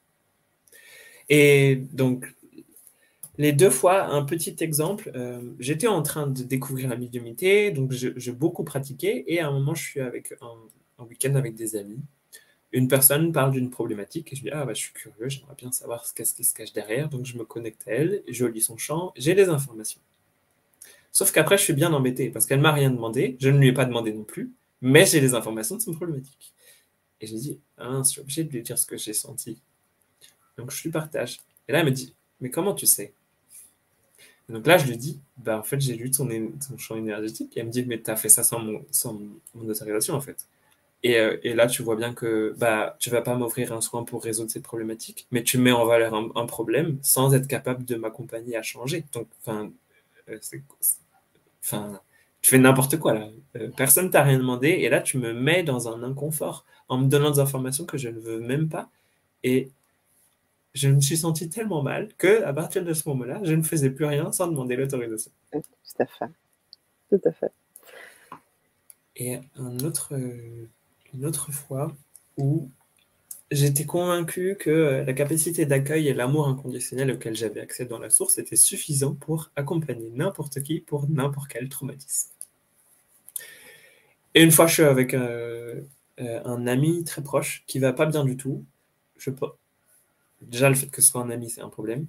Et donc, les deux fois, un petit exemple, euh, j'étais en train de découvrir la médiumnité, donc j'ai beaucoup pratiqué, et à un moment, je suis avec un, un week-end avec des amis. Une personne parle d'une problématique et je dis ah bah je suis curieux, j'aimerais bien savoir ce qu'est-ce qui se cache derrière, donc je me connecte à elle, je lis son champ, j'ai des informations. Sauf qu'après je suis bien embêté parce qu'elle m'a rien demandé, je ne lui ai pas demandé non plus, mais j'ai les informations de son problématique. Et je dis ah je suis obligé de lui dire ce que j'ai senti. Donc je lui partage. Et là elle me dit mais comment tu sais? Et donc là je lui dis bah en fait j'ai lu son, son champ énergétique et elle me dit mais t'as fait ça sans mon, sans mon autorisation en fait. Et, euh, et là, tu vois bien que bah, tu ne vas pas m'offrir un soin pour résoudre cette problématique, mais tu mets en valeur un, un problème sans être capable de m'accompagner à changer. Donc, enfin, euh, tu fais n'importe quoi là. Euh, personne t'a rien demandé, et là, tu me mets dans un inconfort en me donnant des informations que je ne veux même pas. Et je me suis senti tellement mal que à partir de ce moment-là, je ne faisais plus rien sans demander l'autorisation.
Tout à fait. Tout à fait.
Et un autre, une autre fois où j'étais convaincu que la capacité d'accueil et l'amour inconditionnel auquel j'avais accès dans la source était suffisant pour accompagner n'importe qui pour n'importe quel traumatisme. Et une fois, je suis avec euh, euh, un ami très proche qui va pas bien du tout. Je peux... Déjà, le fait que ce soit un ami, c'est un problème.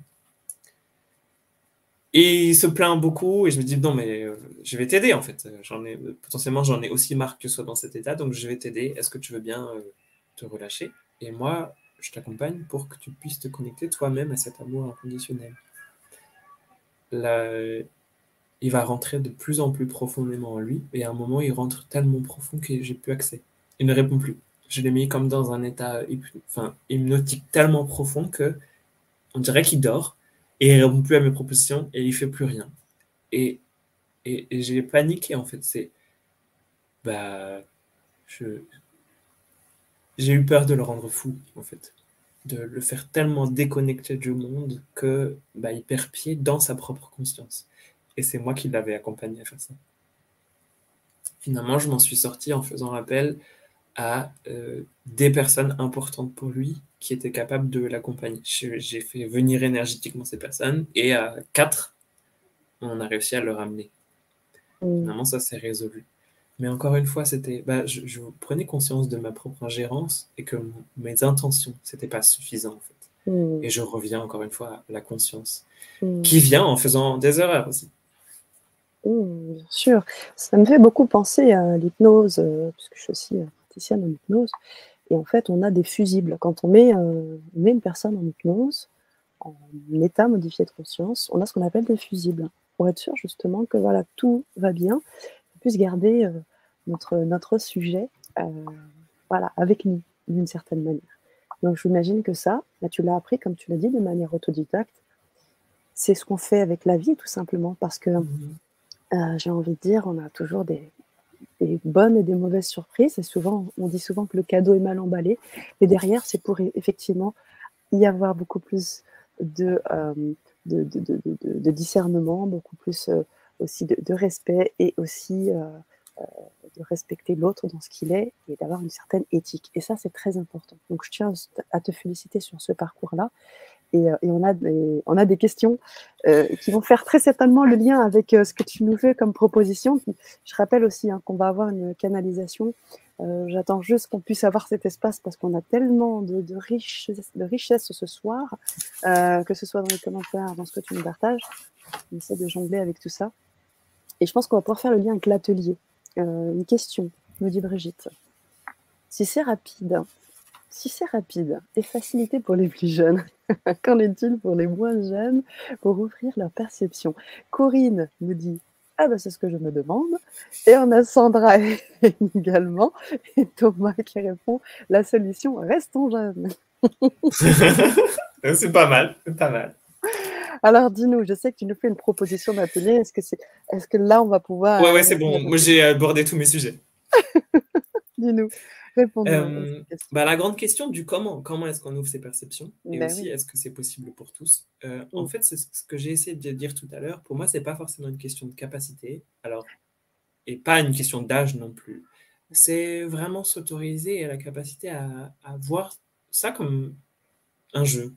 Et il se plaint beaucoup et je me dis non mais euh, je vais t'aider en fait. J'en ai potentiellement j'en ai aussi marre que tu sois dans cet état, donc je vais t'aider. Est-ce que tu veux bien euh, te relâcher? Et moi, je t'accompagne pour que tu puisses te connecter toi-même à cet amour inconditionnel. Là, il va rentrer de plus en plus profondément en lui, et à un moment, il rentre tellement profond que j'ai plus accès. Il ne répond plus. Je l'ai mis comme dans un état enfin, hypnotique tellement profond que on dirait qu'il dort, et il répond plus à mes propositions, et il fait plus rien. Et, et, et j'ai paniqué, en fait. C'est, bah, je, j'ai eu peur de le rendre fou, en fait. De le faire tellement déconnecter du monde que bah, il perd pied dans sa propre conscience. Et c'est moi qui l'avais accompagné à faire ça. Finalement, je m'en suis sorti en faisant appel à euh, des personnes importantes pour lui qui étaient capables de l'accompagner. J'ai fait venir énergétiquement ces personnes et à quatre, on a réussi à le ramener. Mmh. Finalement, ça s'est résolu. Mais encore une fois, c'était, bah, je, je prenais conscience de ma propre ingérence et que mes intentions, c'était pas suffisant en fait. Mmh. Et je reviens encore une fois à la conscience, mmh. qui vient en faisant des erreurs aussi.
Mmh, bien sûr. Ça me fait beaucoup penser à l'hypnose, euh, parce que je suis aussi praticienne en hypnose. Et en fait, on a des fusibles. Quand on met, euh, on met une personne en hypnose, en état modifié de conscience, on a ce qu'on appelle des fusibles. Pour être sûr justement que voilà, tout va bien, qu'on puisse garder euh, notre, notre sujet euh, voilà, avec nous, d'une certaine manière. Donc j'imagine que ça, là, tu l'as appris, comme tu l'as dit, de manière autodidacte. c'est ce qu'on fait avec la vie, tout simplement, parce que
Mhm.
euh, j'ai envie de dire, on a toujours des, des bonnes et des mauvaises surprises, et souvent, on dit souvent que le cadeau est mal emballé, mais derrière, c'est pour effectivement y avoir beaucoup plus de, euh, de, de, de, de, de discernement, beaucoup plus euh, aussi de, de respect, et aussi euh, euh, de respecter l'autre dans ce qu'il est, et d'avoir une certaine éthique. Et ça, c'est très important. Donc, je tiens à te féliciter sur ce parcours-là. Et, euh, et on, a des, on a des questions euh, qui vont faire très certainement le lien avec euh, ce que tu nous fais comme proposition. Je rappelle aussi hein, qu'on va avoir une canalisation. Euh, J'attends juste qu'on puisse avoir cet espace parce qu'on a tellement de, de, richesse, de richesse ce soir, euh, que ce soit dans les commentaires, dans ce que tu nous partages. On essaie de jongler avec tout ça. Et je pense qu'on va pouvoir faire le lien avec l'atelier. Euh, une question, nous dit Brigitte. Si c'est rapide, si c'est rapide et facilité pour les plus jeunes, qu'en est-il pour les moins jeunes pour ouvrir leur perception? Corinne nous dit ah ben c'est ce que je me demande. Et on a Sandra également et Thomas qui répond la solution restons jeunes.
C'est pas mal, c'est pas mal.
Alors dis-nous, je sais que tu nous fais une proposition d'atelier. Est-ce que c'est, est-ce que là on va pouvoir
Ouais,
euh,
ouais, c'est bon. Moi, j'ai abordé tous mes sujets.
Dis-nous, réponds-nous à
Euh,
cette question.
bah, la grande question du comment, comment est-ce qu'on ouvre ses perceptions et
Ben
aussi
oui.
est-ce que c'est possible pour tous. Euh,
Mm.
En fait, c'est ce que j'ai essayé de dire tout à l'heure. Pour moi, c'est pas forcément une question de capacité, alors et pas une question d'âge non plus. C'est vraiment s'autoriser à la capacité à, à voir ça comme un jeu.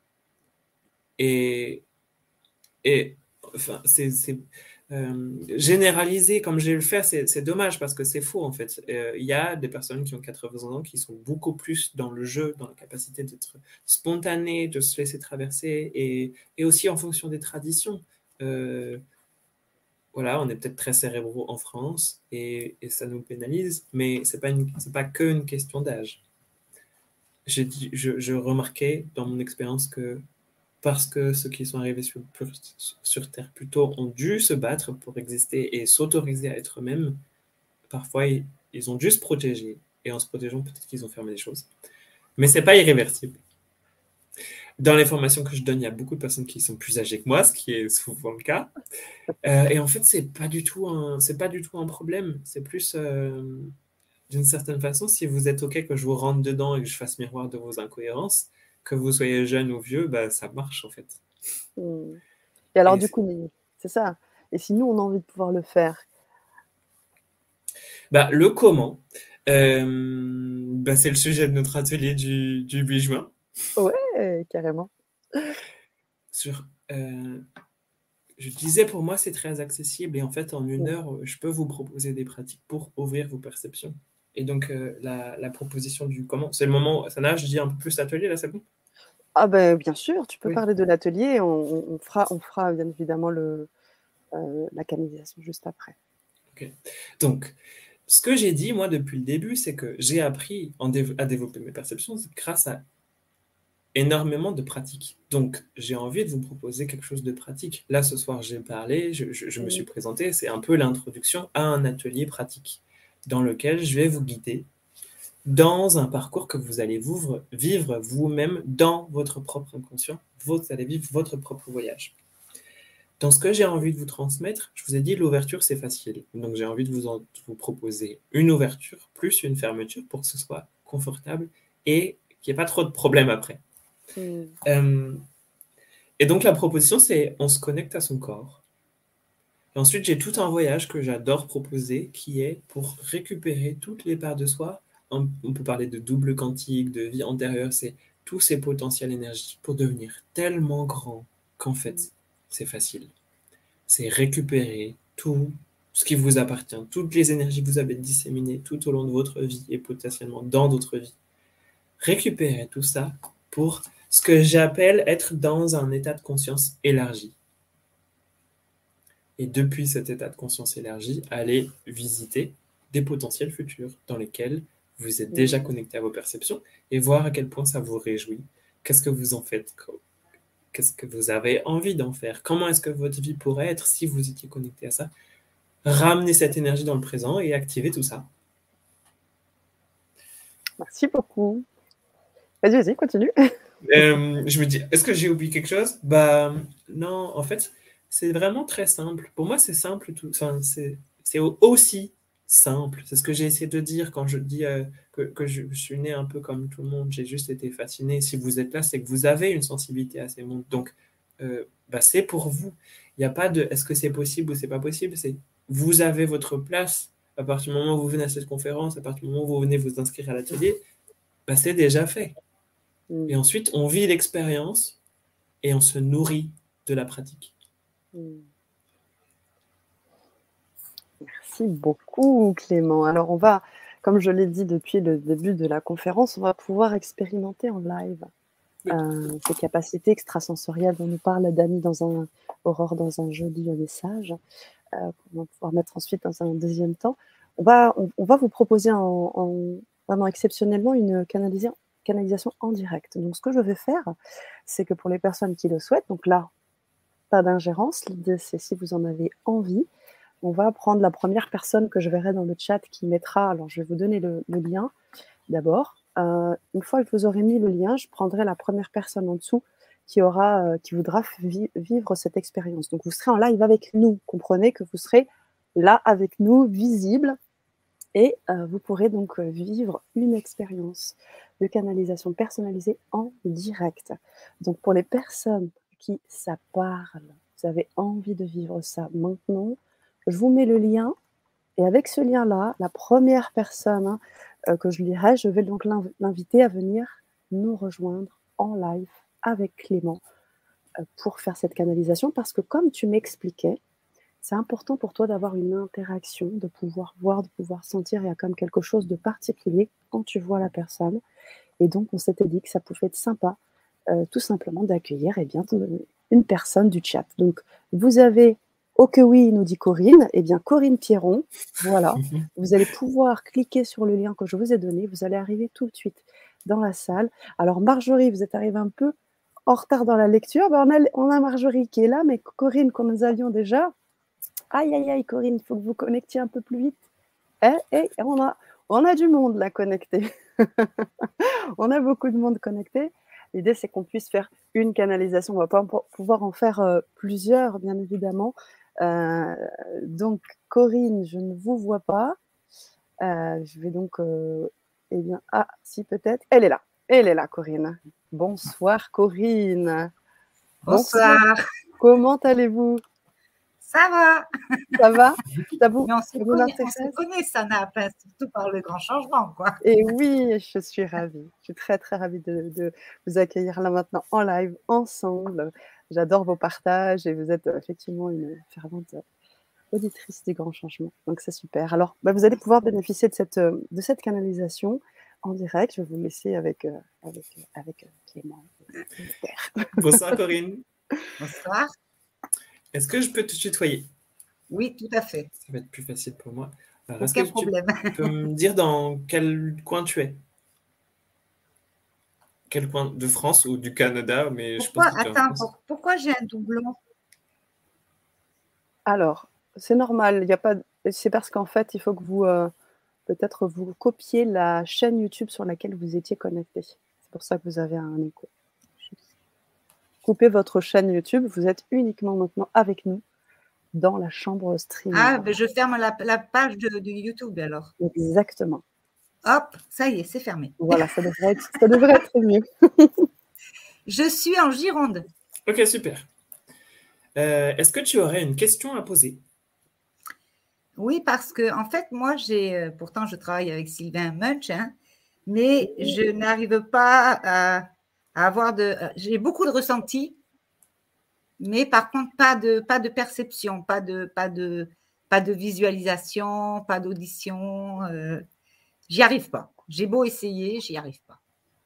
Et, et enfin, c'est c'est, euh, généraliser comme je vais le faire, c'est c'est dommage parce que c'est faux en fait. Euh, Il y a des personnes qui ont quatre-vingts ans qui sont beaucoup plus dans le jeu, dans la capacité d'être spontané, de se laisser traverser et, et aussi en fonction des traditions. Euh, voilà, on est peut-être très cérébraux en France et, et ça nous pénalise, mais c'est pas une, c'est pas que une question d'âge. J'ai dit, je, je remarquais dans mon expérience que parce que ceux qui sont arrivés sur, sur Terre plus tôt ont dû se battre pour exister et s'autoriser à être eux-mêmes, parfois ils, ils ont dû se protéger. Et en se protégeant, peut-être qu'ils ont fermé des choses. Mais c'est pas irréversible. Dans les formations que je donne, il y a beaucoup de personnes qui sont plus âgées que moi, ce qui est souvent le cas. Euh, et en fait, c'est pas du tout un, c'est pas du tout un problème. C'est plus, euh, d'une certaine façon, si vous êtes OK que je vous rentre dedans et que je fasse miroir de vos incohérences, que vous soyez jeune ou vieux, bah, ça marche en fait.
Mm. Et alors
Et
du coup, c'est ça. Et si nous on a envie de pouvoir le faire,
bah, le comment, euh, bah, c'est le sujet de notre atelier du, du huit juin.
ouais, carrément.
Sur, euh, je disais, pour moi, c'est très accessible et en fait, en une heure, je peux vous proposer des pratiques pour ouvrir vos perceptions. Et donc, euh, la, la proposition du comment, c'est le moment, ça n'a, je dis un peu plus atelier, là, c'est bon?
Ah ben bien sûr, tu peux
Oui.
parler de l'atelier, on, on, fera, on fera bien évidemment le, euh, la canalisation juste après.
Ok. Donc, ce que j'ai dit, moi, depuis le début, c'est que j'ai appris en dév- à développer mes perceptions grâce à énormément de pratiques. Donc, j'ai envie de vous proposer quelque chose de pratique. Là, ce soir, j'ai parlé, je, je, je me suis présenté, c'est un peu l'introduction à un atelier pratique dans lequel je vais vous guider dans un parcours que vous allez vous vivre vous-même dans votre propre inconscient. Vous allez vivre votre propre voyage. Dans ce que j'ai envie de vous transmettre, je vous ai dit l'ouverture, c'est facile. Donc, j'ai envie de vous, en, de vous proposer une ouverture plus une fermeture pour que ce soit confortable et qu'il n'y ait pas trop de problèmes après.
Mm.
Euh, et donc, la proposition, c'est on se connecte à son corps. Et ensuite, j'ai tout un voyage que j'adore proposer qui est pour récupérer toutes les parts de soi. On, on peut parler de double quantique, de vie antérieure, c'est tous ces potentiels énergétiques pour devenir tellement grand qu'en fait, c'est facile. C'est récupérer tout ce qui vous appartient, toutes les énergies que vous avez disséminées tout au long de votre vie et potentiellement dans d'autres vies. Récupérer tout ça pour ce que j'appelle être dans un état de conscience élargi. Et depuis cet état de conscience élargi, aller visiter des potentiels futurs dans lesquels vous êtes déjà connecté à vos perceptions et voir à quel point ça vous réjouit. Qu'est-ce que vous en faites? Qu'est-ce que vous avez envie d'en faire? Comment est-ce que votre vie pourrait être si vous étiez connecté à ça? Ramener cette énergie dans le présent et activer tout ça.
Merci beaucoup. Vas-y, vas-y, continue.
Euh, je me dis, est-ce que j'ai oublié quelque chose? Bah non, en fait, c'est vraiment très simple. Pour moi, c'est simple tout. Enfin, c'est c'est au- aussi simple. C'est ce que j'ai essayé de dire quand je dis euh, que, que je, je suis né un peu comme tout le monde. J'ai juste été fasciné. Si vous êtes là, c'est que vous avez une sensibilité à ces mondes. Donc, euh, bah, c'est pour vous. Il n'y a pas de est-ce que c'est possible ou c'est pas possible. C'est vous avez votre place. À partir du moment où vous venez à cette conférence, à partir du moment où vous venez vous inscrire à l'atelier, bah, c'est déjà fait.
Mm.
Et ensuite, on vit l'expérience et on se nourrit de la pratique.
Mm. Merci beaucoup, Clément. Alors, on va, comme je l'ai dit depuis le début de la conférence, on va pouvoir expérimenter en live
Oui.
euh, ces capacités extrasensorielles dont nous parle Dani dans un Aurore dans un joli message, euh, qu'on va pouvoir mettre ensuite dans un deuxième temps. On va, on, on va vous proposer en, en, vraiment exceptionnellement une canalisation, canalisation en direct. Donc, ce que je vais faire, c'est que pour les personnes qui le souhaitent, donc là, pas d'ingérence, l'idée c'est si vous en avez envie, on va prendre la première personne que je verrai dans le chat qui mettra, alors je vais vous donner le, le lien d'abord. Euh, une fois que vous aurez mis le lien, je prendrai la première personne en dessous qui, aura, euh, qui voudra vi- vivre cette expérience. Donc vous serez en live avec nous, comprenez que vous serez là avec nous, visible, et euh, vous pourrez donc euh, vivre une expérience de canalisation personnalisée en direct. Donc pour les personnes qui ça parle, vous avez envie de vivre ça maintenant, je vous mets le lien. Et avec ce lien-là, la première personne hein, euh, que je lirai, je vais donc l'inviter à venir nous rejoindre en live avec Clément euh, pour faire cette canalisation. Parce que comme tu m'expliquais, c'est important pour toi d'avoir une interaction, de pouvoir voir, de pouvoir sentir. Il y a comme quelque chose de particulier quand tu vois la personne. Et donc, on s'était dit que ça pouvait être sympa, euh, tout simplement, d'accueillir eh bien, une personne du chat. Donc, vous avez Oh que oui, nous dit Corinne. Eh bien, Corinne Pierron, voilà. Vous allez pouvoir cliquer sur le lien que je vous ai donné. Vous allez arriver tout de suite dans la salle. Alors, Marjorie, vous êtes arrivée un peu en retard dans la lecture. Ben, on, a, on a Marjorie qui est là, mais Corinne, qu'on nous avions déjà. Aïe, aïe, aïe, Corinne, il faut que vous connectiez un peu plus vite. Eh, eh, on, a, on a du monde là connecté. On a beaucoup de monde connecté. L'idée, c'est qu'on puisse faire une canalisation. On ne va pas pouvoir en faire euh, plusieurs, bien évidemment. Euh, donc, Corinne, je ne vous vois pas. Euh, je vais donc... Euh, eh bien, ah, si, peut-être. Elle est là. Elle est là, Corinne. Bonsoir, Corinne.
Bonsoir.
Bonsoir. Comment allez-vous?
Ça va.
Ça va? Ça vous,
Mais on se
vous
connaît, on se connaît, Sana, enfin, surtout par le grand changement, quoi.
Et oui, je suis ravie. Je suis très, très ravie de, de vous accueillir là maintenant en live, ensemble. J'adore vos partages et vous êtes effectivement une fervente auditrice des grands changements. Donc, c'est super. Alors, bah, vous allez pouvoir bénéficier de cette, de cette canalisation en direct. Je vais vous laisser avec, euh, avec, avec Clément.
Bonsoir, Corinne.
Bonsoir.
Est-ce que je peux te tutoyer?
Oui, tout à fait.
Ça va être plus facile pour moi. Alors,
Aucun
est-ce que
problème.
tu peux me dire dans quel coin tu es? Quel coin de France ou du Canada? Mais
pourquoi,
je pense que tu es en
attends,
France.
pour, pourquoi j'ai un doublon?
Alors, c'est normal. Il y a pas. C'est parce qu'en fait, il faut que vous euh, peut-être vous copiez la chaîne YouTube sur laquelle vous étiez connecté. C'est pour ça que vous avez un écho. Coupez votre chaîne YouTube. Vous êtes uniquement maintenant avec nous dans la chambre stream.
Ah, ben je ferme la, la page de, de YouTube alors.
Exactement.
Hop, ça y est, c'est fermé.
Voilà, ça devrait être, ça devrait être mieux.
Je suis en Gironde.
Ok, super. Euh, est-ce que tu aurais une question à poser?
Oui, parce que en fait, moi, j'ai, pourtant, je travaille avec Sylvain Munch, hein, mais je n'arrive pas à, à avoir de. J'ai beaucoup de ressentis, mais par contre, pas de, pas de perception, pas de, pas de, pas de visualisation, pas d'audition. Euh, j'y arrive pas. J'ai beau essayer, j'y arrive pas.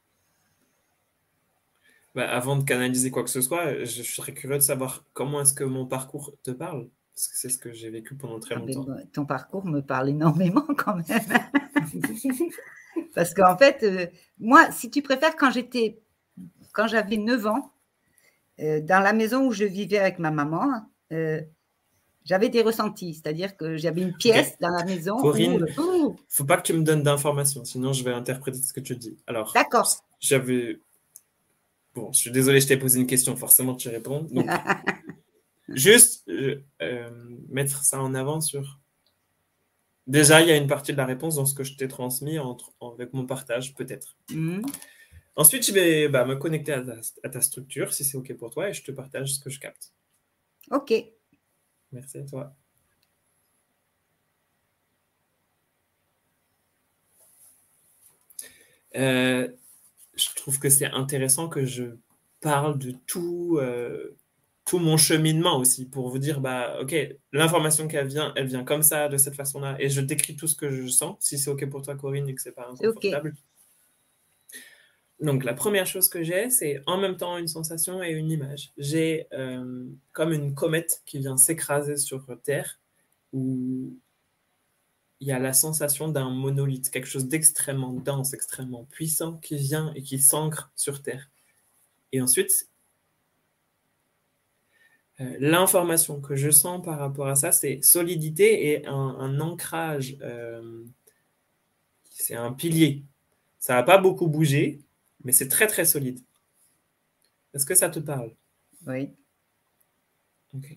Bah, avant de canaliser quoi que ce soit, je, je serais curieux de savoir comment est-ce que mon parcours te parle, parce que c'est ce que j'ai vécu pendant très
Ah
longtemps.
ben, ton parcours me parle énormément quand même. Parce qu'en fait, euh, moi, si tu préfères, quand j'étais, quand j'avais neuf ans, euh, dans la maison où je vivais avec ma maman, euh, j'avais des ressentis, c'est-à-dire que j'avais une pièce okay. dans la maison.
Corinne, il ne faut pas que tu me donnes d'informations, sinon je vais interpréter ce que tu dis. Alors,
d'accord.
J'avais, Bon, je suis désolé, je t'ai posé une question, forcément tu réponds. Donc, juste euh, euh, mettre ça en avant sur... Déjà, il y a une partie de la réponse dans ce que je t'ai transmis entre, avec mon partage, peut-être.
Mm.
Ensuite, je vais bah, me connecter à ta, à ta structure, si c'est OK pour toi, et je te partage ce que je capte.
OK.
Merci à toi. Euh, je trouve que c'est intéressant que je parle de tout, euh, tout mon cheminement aussi, pour vous dire, bah, OK, l'information qu'elle vient, elle vient comme ça, de cette façon-là, et je décris tout ce que je sens, si c'est OK pour toi, Corinne, et que c'est pas inconfortable.
OK.
Donc, la première chose que j'ai, c'est en même temps une sensation et une image. J'ai euh, comme une comète qui vient s'écraser sur Terre, où il y a la sensation d'un monolithe, quelque chose d'extrêmement dense, extrêmement puissant qui vient et qui s'ancre sur Terre. Et ensuite, euh, l'information que je sens par rapport à ça, c'est solidité et un, un ancrage. Euh, c'est un pilier. Ça va pas beaucoup bouger, mais c'est très très solide. Est-ce que ça te parle?
Oui.
Ok.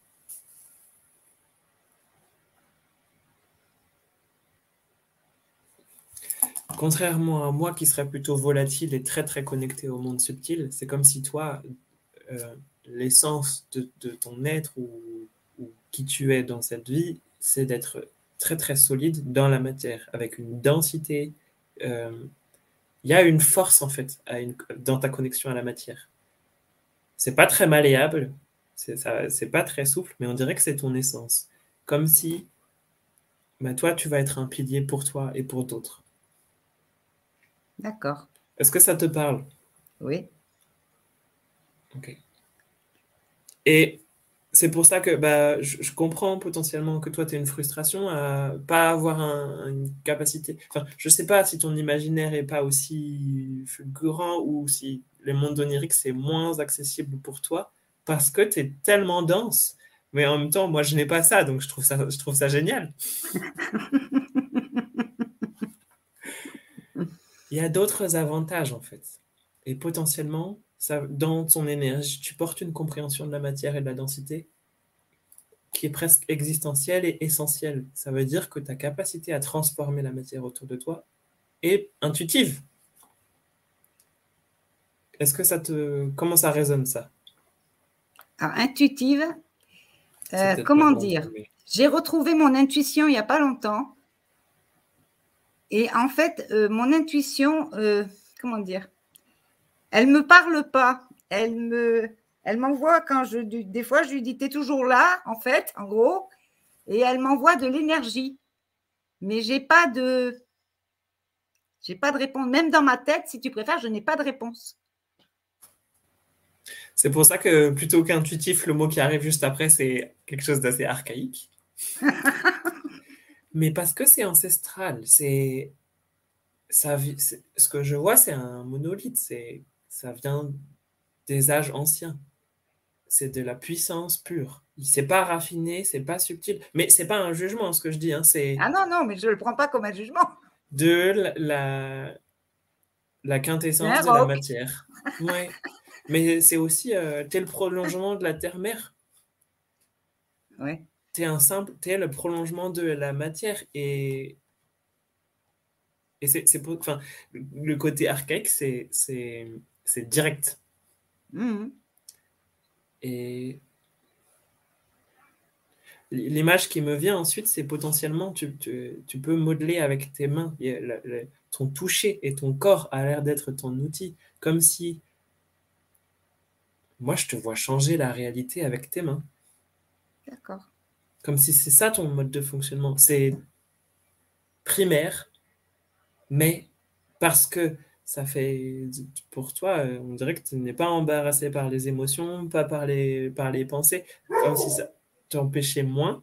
Contrairement à moi qui serais plutôt volatile et très très connecté au monde subtil, c'est comme si toi, euh, l'essence de, de ton être ou, ou qui tu es dans cette vie, c'est d'être très très solide dans la matière, avec une densité. Euh, Il y a une force en fait à une, dans ta connexion à la matière. C'est pas très malléable, c'est ça, c'est pas très souple, mais on dirait que c'est ton essence. Comme si bah, toi, tu vas être un pilier pour toi et pour d'autres.
D'accord.
Est-ce que ça te parle?
Oui.
Ok. Et c'est pour ça que bah, je, je comprends potentiellement que toi, tu as une frustration à pas avoir un- une capacité. Enfin, je sais pas si ton imaginaire est pas aussi fulgurant ou si les mondes oniriques, c'est moins accessible pour toi parce que tu es tellement dense. Mais en même temps, moi, je n'ai pas ça, donc je trouve ça, je trouve ça génial. Il y a d'autres avantages, en fait. Et potentiellement, ça, dans ton énergie, tu portes une compréhension de la matière et de la densité qui est presque existentielle et essentielle. Ça veut dire que ta capacité à transformer la matière autour de toi est intuitive. Est-ce que ça te... Comment ça résonne, ça?
Alors, intuitive,
C'est
euh,
peut-être pas
comment
le bon
dire?
mot, mais...
J'ai retrouvé mon intuition il n'y a pas longtemps. Et en fait, euh, mon intuition, euh, comment dire? Elle ne me parle pas. Elle me, elle m'envoie quand je, des fois, je lui dis, t'es toujours là, en fait, en gros, et elle m'envoie de l'énergie. Mais j'ai pas de, j'ai pas de réponse. Même dans ma tête, si tu préfères, je n'ai pas de réponse.
C'est pour ça que plutôt qu'intuitif, le mot qui arrive juste après, c'est quelque chose d'assez archaïque. Mais parce que c'est ancestral, c'est... Ça, c'est... Ce que je vois, c'est un monolithe, c'est... ça vient des âges anciens. C'est de la puissance pure. C'est pas raffiné, c'est pas subtil. Mais c'est pas un jugement, ce que je dis. Hein. C'est
Ah non, non, mais je ne le prends pas comme un jugement.
de la, la, la quintessence
Un
de la
roc.
matière. Ouais. Mais c'est aussi, euh, t'es le prolongement de la terre-mère.
Ouais.
T'es un simple, t'es le prolongement de la matière. Et, et c'est, c'est pour, enfin, le côté archaïque, c'est, c'est, c'est direct.
Mmh.
Et l'image qui me vient ensuite, c'est potentiellement, tu, tu, tu peux modeler avec tes mains. Le, le, ton toucher et ton corps a l'air d'être ton outil. Comme si, moi, je te vois changer la réalité avec tes mains.
D'accord.
Comme si c'est ça ton mode de fonctionnement. C'est primaire, mais parce que ça fait, pour toi, on dirait que tu n'es pas embarrassé par les émotions, pas par les, par les pensées, comme si ça t'empêchait moins.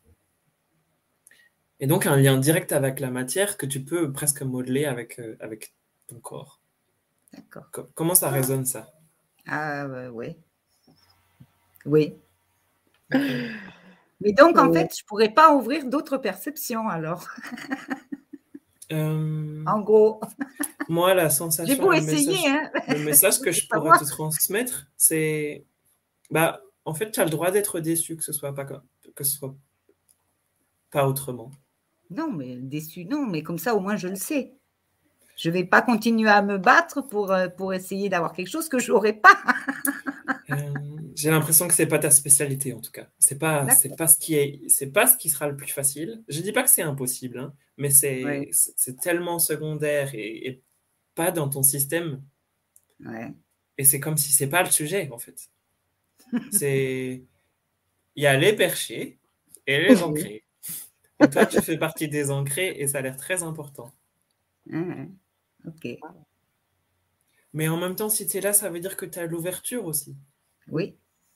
Et donc, un lien direct avec la matière que tu peux presque modeler avec, euh, avec ton corps.
D'accord.
Co- comment ça résonne, ça?
Ah euh, oui. Oui.
Okay.
Mais donc, en
Euh,
fait, je ne pourrais pas ouvrir d'autres perceptions alors.
Euh,
En gros.
moi, la
J'ai
sensation,
beau
le
essayer,
message,
hein.
le message que
Faut
je pourrais
savoir.
te transmettre, c'est, bah, en fait, tu as le droit d'être déçu, que ce soit pas comme, que ce soit pas autrement.
Non, mais déçu, non, mais comme ça, au moins, je le sais. Je ne vais pas continuer à me battre pour, euh, pour essayer d'avoir quelque chose que je n'aurai pas.
Euh, j'ai l'impression que c'est pas ta spécialité, en tout cas. C'est pas, c'est
D'accord.
pas ce qui est, c'est pas ce qui sera le plus facile. Je dis pas que c'est impossible, hein, mais
Ouais,
c'est, c'est c'est tellement secondaire et, et pas dans ton système.
ouais.
Et c'est comme si c'est pas le sujet, en fait. C'est, il y a les perchés et les
Oui.
ancrés. Et toi, tu fais partie des ancrés et ça a l'air très important.
Ah, ok.
Mais en même temps, si tu es là, ça veut dire que tu as l'ouverture aussi.
Oui,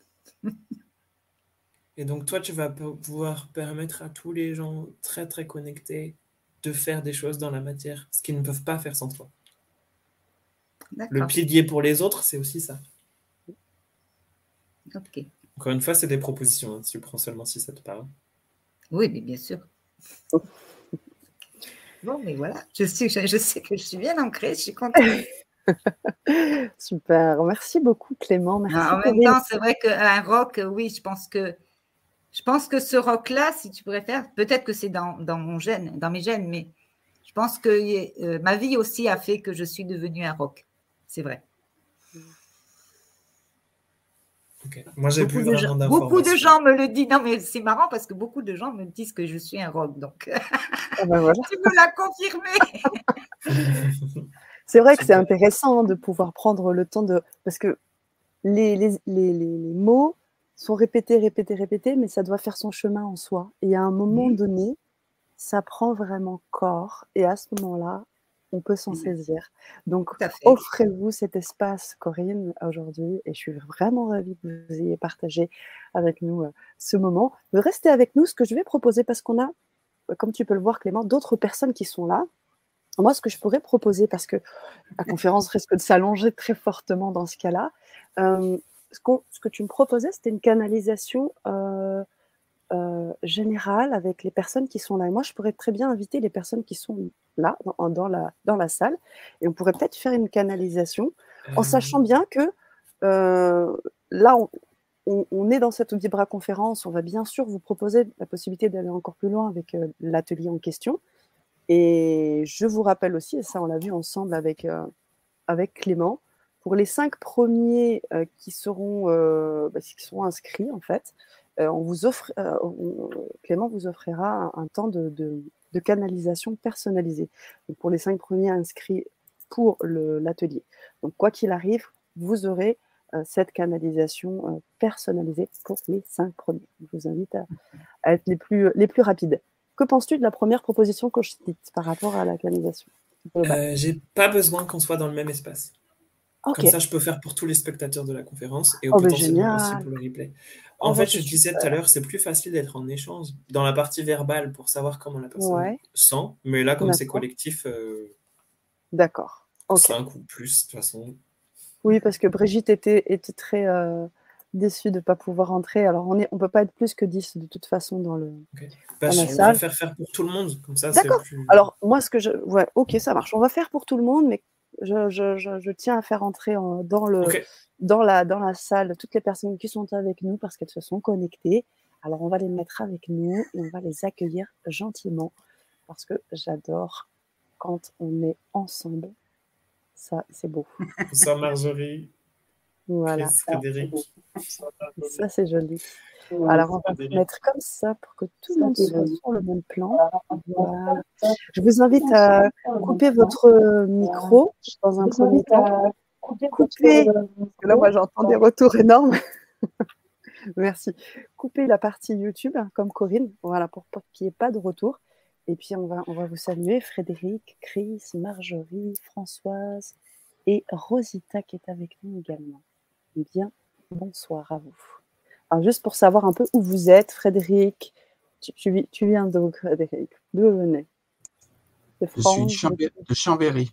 Et donc, toi, tu vas pou- pouvoir permettre à tous les gens très, très connectés de faire des choses dans la matière, ce qu'ils ne peuvent pas faire sans toi. Le
d'accord.
pilier pour les autres, c'est aussi ça.
Ok.
Encore une fois, c'est des propositions, hein, tu prends seulement si ça te parle.
Oui, mais bien sûr. Bon, mais voilà, je, suis, je, je sais que je suis bien ancrée, je suis contente.
Super. Merci beaucoup, Clément. Merci,
En même
Corinne.
temps, c'est vrai qu'un rock, oui, je pense que je pense que ce rock-là, si tu préfères, peut-être que c'est dans, dans mon gène, dans mes gènes, mais je pense que euh, ma vie aussi a fait que je suis devenue un rock. C'est vrai.
Okay. Moi, j'ai
Beaucoup
plus
de, gens,
vraiment
beaucoup de
d'informations.
gens me le disent. Non, mais c'est marrant parce que beaucoup de gens me disent que je suis un rock. Donc,
Ah ben voilà.
tu me l'as confirmé.
C'est vrai que c'est
Super.
intéressant de pouvoir prendre le temps de... Parce que les, les, les, les mots sont répétés, répétés, répétés, mais ça doit faire son chemin en soi. Et à un moment
Mmh.
donné, ça prend vraiment corps. Et à ce moment-là, on peut s'en
Mmh.
saisir. Donc,
Tout à fait.
offrez-vous cet espace, Corinne, aujourd'hui. Et je suis vraiment ravie que vous ayez partagé avec nous euh, ce moment. Restez avec nous, ce que je vais proposer, parce qu'on a, comme tu peux le voir, Clément, d'autres personnes qui sont là. Moi, ce que je pourrais proposer, parce que la conférence risque de s'allonger très fortement dans ce cas-là, euh, ce, qu'on, ce que tu me proposais, c'était une canalisation euh, euh, générale avec les personnes qui sont là. Et moi, je pourrais très bien inviter les personnes qui sont là, dans, dans, la, dans la salle, et on pourrait peut-être faire une canalisation, en
Euh,
sachant bien que euh, là, on, on, on est dans cette Vibra conférence, on va bien sûr vous proposer la possibilité d'aller encore plus loin avec euh, l'atelier en question. Et je vous rappelle aussi, et ça on l'a vu ensemble avec, euh, avec Clément, pour les cinq premiers euh, qui, seront, euh, bah, qui seront inscrits, en fait, euh, on vous offre, euh, on, Clément vous offrira un, un temps de, de, de canalisation personnalisée. Donc pour les cinq premiers inscrits pour le, l'atelier. Donc quoi qu'il arrive, vous aurez euh, cette canalisation euh, personnalisée pour les cinq premiers. Je vous invite à, à être les plus, les plus rapides. Que penses-tu de la première proposition que je cite par rapport à la canalisation globale ?
euh, j'ai pas besoin qu'on soit dans le même espace.
Ok.
Comme ça, je peux faire pour tous les spectateurs de la conférence et
Oh, ben
potentiellement aussi
génial.
pour le replay. En
Oh, ben
fait,
c'est
je disais tout à
super.
l'heure, c'est plus facile d'être en échange dans la partie verbale pour savoir comment la personne
Ouais,
sent. Mais là, comme c'est
d'accord.
collectif, euh,
D'accord. Ok.
cinq ou plus, de toute façon.
Oui, parce que Brigitte était, était très euh, déçue de ne pas pouvoir entrer. Alors, on ne on peut pas être plus que dix de toute façon dans, le,
Okay. Bah,
dans la
je
salle.
préfère faire pour tout le monde, comme ça, c'est
D'accord.
plus.
Alors, moi, ce que je. Ouais, ok, ça marche. On va faire pour tout le monde, mais je, je, je, je tiens à faire entrer en, dans, le,
Ok.
dans, la, dans la salle toutes les personnes qui sont avec nous parce qu'elles se sont connectées. Alors, on va les mettre avec nous et on va les accueillir gentiment parce que j'adore quand on est ensemble. Ça, c'est beau.
Bonsoir Marjorie,
Voilà.
Chris, Frédéric.
Ça, c'est joli. Alors, on va se mettre comme ça pour que tout le monde soit sur le même plan. Voilà. Je vous invite à couper votre micro dans un premier temps. Couper, parce que là, moi, j'entends des retours énormes. Merci. Couper la partie YouTube, hein, comme Corinne, voilà, pour, pour qu'il n'y ait pas de retour. Et puis, on va, on va vous saluer, Frédéric, Chris, Marjorie, Françoise et Rosita qui est avec nous également. Bien, bonsoir à vous. Alors, juste pour savoir un peu où vous êtes, Frédéric, tu, tu, tu viens d'où, Frédéric? D'où vous venez? De
Je suis de,
France?
Chambé de Chambéry.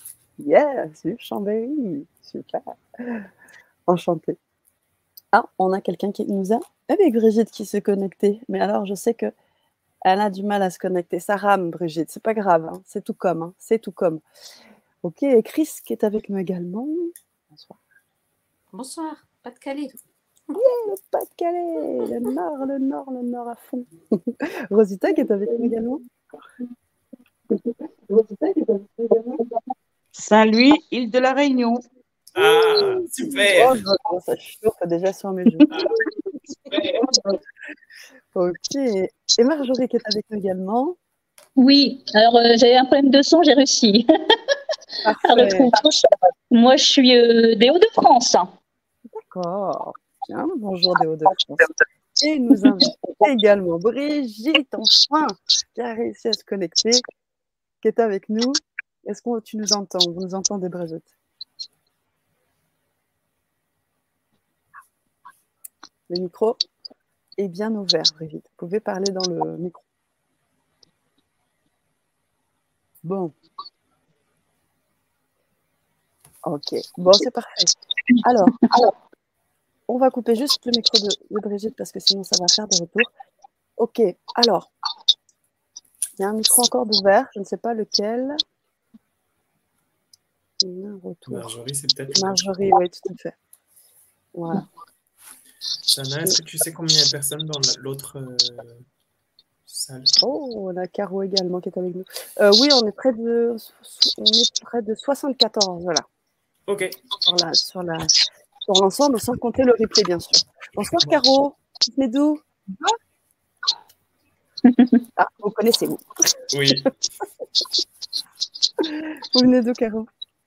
Yes, du Chambéry. Super. Enchanté. Ah, on a quelqu'un qui nous a... Avec Brigitte qui s'est connectée. Mais alors, je sais qu'elle a du mal à se connecter. Ça rame, Brigitte. C'est pas grave. Hein. C'est tout comme. Hein. C'est tout comme. Ok, et Chris qui est avec nous également. Bonsoir.
Bonsoir, Pas-de-Calais.
Yeah, le Pas-de-Calais, le nord, le nord, le nord à fond. Rosita qui est avec nous également.
Saint-Louis, île de la Réunion.
Ah, super.
Oh, non, ça chauffe déjà sur mes joues. Ok, et Marjorie qui est avec nous également.
Oui, alors euh, j'avais un problème de son, j'ai réussi à retrouver. Moi, je suis euh, des Hauts-de-France.
D'accord. Bien, bonjour des Hauts-de-France. Et nous invitons également Brigitte, enfin, qui a réussi à se connecter, qui est avec nous. Est-ce que tu nous entends? Vous nous entendez, Brigitte? Le micro est bien ouvert, Brigitte. Vous pouvez parler dans le micro. Bon. Ok. Bon, c'est parfait. Alors, alors, on va couper juste le micro de, de Brigitte parce que sinon ça va faire des retours. Ok. Alors, il y a un micro encore d'ouvert. Je ne sais pas lequel. Un retour.
Marjorie, c'est peut-être.
Marjorie, oui, tout à fait. Voilà.
Sana, est-ce que tu sais combien il y a de personnes dans l'autre euh, salle?
Oh, on a Caro également qui est avec nous. Euh, oui, on est près de, on est près de soixante-quatorze, voilà.
Ok.
Sur la, sur la, sur l'ensemble, sans compter le replay, bien sûr. Bonsoir, Caro. Tu venez d'où? Ah, vous connaissez, vous.
Oui.
Vous venez d'où, Caro?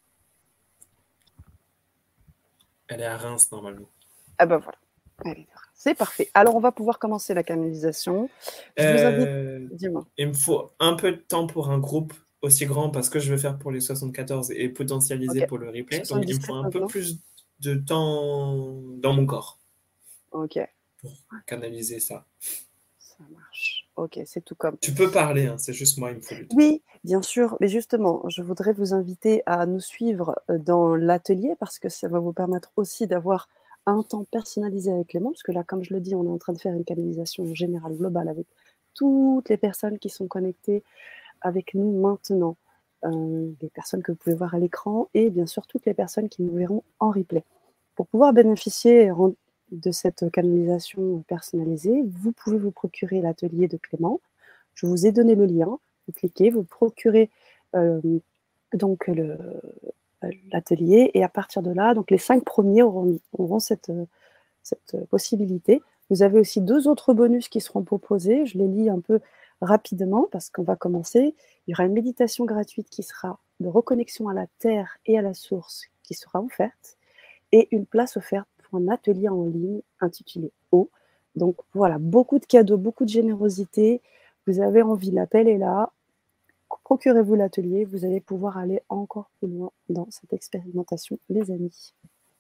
Elle est à Reims, normalement.
Ah ben voilà. Allez, c'est parfait. Alors, on va pouvoir commencer la canalisation. Je vous invite...
Euh,
Dis-moi.
Il me faut un peu de temps pour un groupe aussi grand parce que je vais faire pour les soixante-quatorze et potentialiser
Ok.
pour le replay. Donc, il me faut un peu
maintenant.
plus de temps dans mon corps.
Ok.
Pour canaliser ça.
Ça marche. Ok, c'est tout comme.
Tu peux parler, hein, c'est juste moi, il me faut du temps.
Oui, bien sûr. Mais justement, je voudrais vous inviter à nous suivre dans l'atelier parce que ça va vous permettre aussi d'avoir un temps personnalisé avec Clément. Parce que là, comme je le dis, on est en train de faire une canalisation générale, globale, avec toutes les personnes qui sont connectées avec nous maintenant. Euh, les personnes que vous pouvez voir à l'écran et bien sûr toutes les personnes qui nous verront en replay. Pour pouvoir bénéficier de cette canalisation personnalisée, vous pouvez vous procurer l'atelier de Clément. Je vous ai donné le lien, vous cliquez, vous procurez euh, donc le, l'atelier et à partir de là, donc les cinq premiers auront, auront cette, cette possibilité. Vous avez aussi deux autres bonus qui seront proposés, je les lis un peu rapidement parce qu'on va commencer. Il y aura une méditation gratuite qui sera de reconnexion à la terre et à la source qui sera offerte et une place offerte pour un atelier en ligne intitulé Eau. Donc voilà, beaucoup de cadeaux, beaucoup de générosité. Vous avez envie, l'appel est là. Procurez-vous l'atelier, vous allez pouvoir aller encore plus loin dans cette expérimentation, les amis.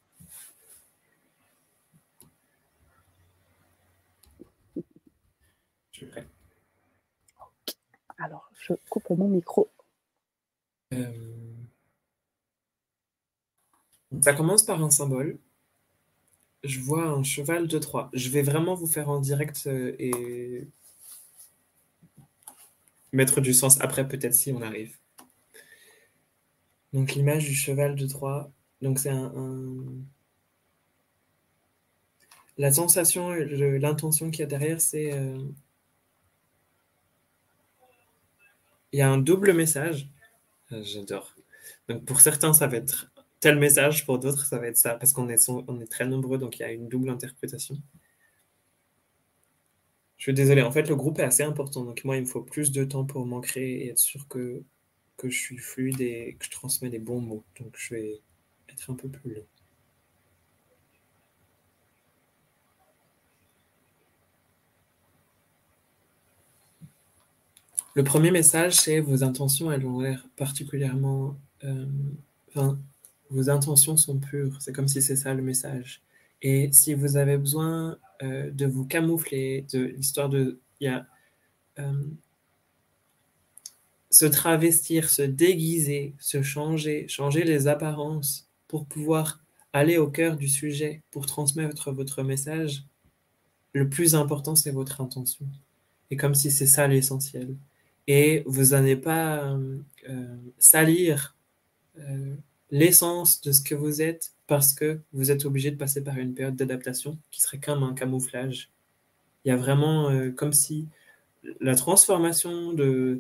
Je suis prêt.
Alors, je coupe mon micro.
Euh... Ça commence par un symbole. Je vois un cheval de Troie. Je vais vraiment vous faire en direct et mettre du sens après, peut-être, si on arrive. Donc, l'image du cheval de Troie. Donc, c'est un, un... La sensation, le, l'intention qu'il y a derrière, c'est... Euh... Il y a un double message. J'adore. Donc, pour certains, ça va être tel message, pour d'autres, ça va être ça, parce qu'on est, on est très nombreux, donc il y a une double interprétation. Je suis désolé, en fait, le groupe est assez important, donc moi, il me faut plus de temps pour m'ancrer et être sûr que, que je suis fluide et que je transmets les bons mots. Donc, je vais être un peu plus long. Le premier message, c'est vos intentions, elles ont l'air particulièrement... Euh, enfin, vos intentions sont pures. C'est comme si c'est ça le message. Et si vous avez besoin euh, de vous camoufler, de l'histoire de... Il y a... Euh, se travestir, se déguiser, se changer, changer les apparences pour pouvoir aller au cœur du sujet, pour transmettre votre message, le plus important, c'est votre intention. Et comme si c'est ça l'essentiel. Et vous n'allez pas euh, salir euh, l'essence de ce que vous êtes parce que vous êtes obligé de passer par une période d'adaptation qui serait comme un camouflage. Il y a vraiment euh, comme si la transformation de...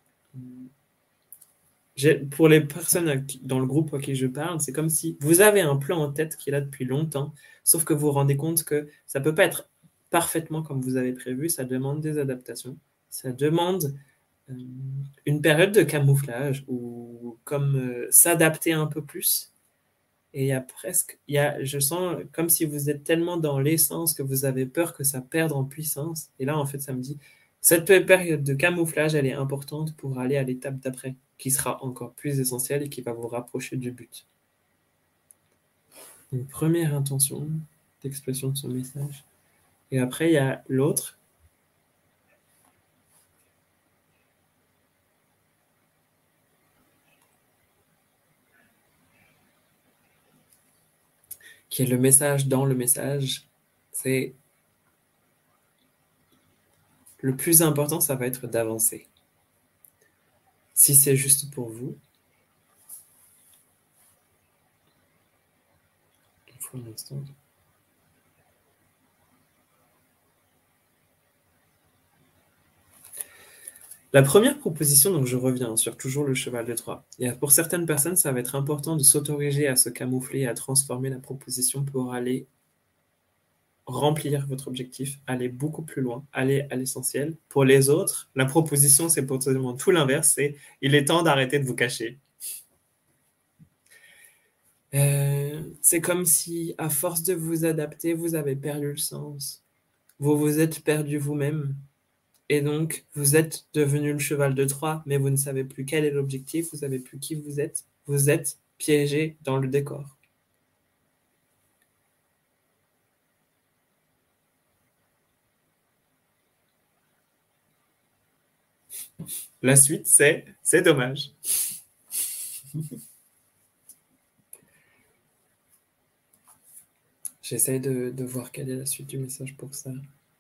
J'ai, pour les personnes dans le groupe à qui je parle, c'est comme si vous avez un plan en tête qui est là depuis longtemps, sauf que vous vous rendez compte que ça ne peut pas être parfaitement comme vous avez prévu, ça demande des adaptations, ça demande euh, une période de camouflage ou comme euh, s'adapter un peu plus. Et il y a presque, il y a, je sens comme si vous êtes tellement dans l'essence que vous avez peur que ça perde en puissance. Et là, en fait, ça me dit, cette période de camouflage, elle est importante pour aller à l'étape d'après, qui sera encore plus essentielle et qui va vous rapprocher du but. Une première intention d'expression de son message. Et après, il y a l'autre. Qui est le message dans le message. C'est le plus important, ça va être d'avancer. Si c'est juste pour vous, il faut un instant. La première proposition, donc je reviens sur toujours le cheval de Troie. Et pour certaines personnes, ça va être important de s'autoriser à se camoufler, à transformer la proposition pour aller remplir votre objectif, aller beaucoup plus loin, aller à l'essentiel. Pour les autres, la proposition, c'est potentiellement tout l'inverse, c'est il est temps d'arrêter de vous cacher. Euh, c'est comme si, à force de vous adapter, vous avez perdu le sens. Vous vous êtes perdu vous-même. Et donc, vous êtes devenu le cheval de Troie, mais vous ne savez plus quel est l'objectif, vous ne savez plus qui vous êtes. Vous êtes piégé dans le décor. La suite, c'est « c'est dommage ». J'essaie de, de voir quelle est la suite du message pour ça.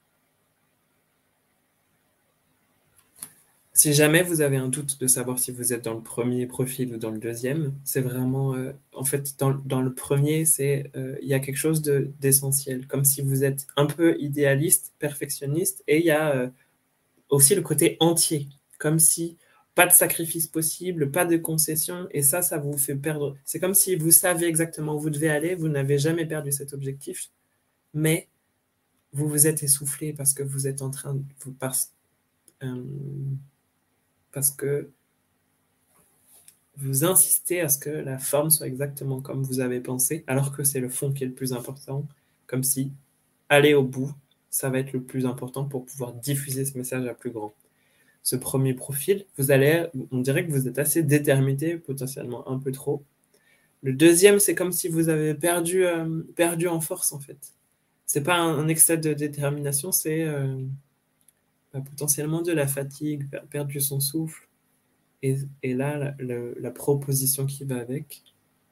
Si jamais vous avez un doute de savoir si vous êtes dans le premier profil ou dans le deuxième, c'est vraiment... Euh, en fait, dans, dans le premier, c'est euh, il y a quelque chose de, d'essentiel, comme si vous êtes un peu idéaliste, perfectionniste, et il y a euh, aussi le côté entier, comme si pas de sacrifice possible, pas de concession, et ça, ça vous fait perdre. C'est comme si vous saviez exactement où vous devez aller, vous n'avez jamais perdu cet objectif, mais vous vous êtes essoufflé parce que vous êtes en train de vous... Parce, euh, parce que vous insistez à ce que la forme soit exactement comme vous avez pensé, alors que c'est le fond qui est le plus important, comme si aller au bout, ça va être le plus important pour pouvoir diffuser ce message à plus grand. Ce premier profil, vous allez, on dirait que vous êtes assez déterminé, potentiellement un peu trop. Le deuxième, c'est comme si vous avez perdu, euh, perdu en force, en fait. C'est pas un, un excès de détermination, c'est euh, bah, potentiellement de la fatigue, perdu son souffle. Et, et là, la, la, la proposition qui va avec.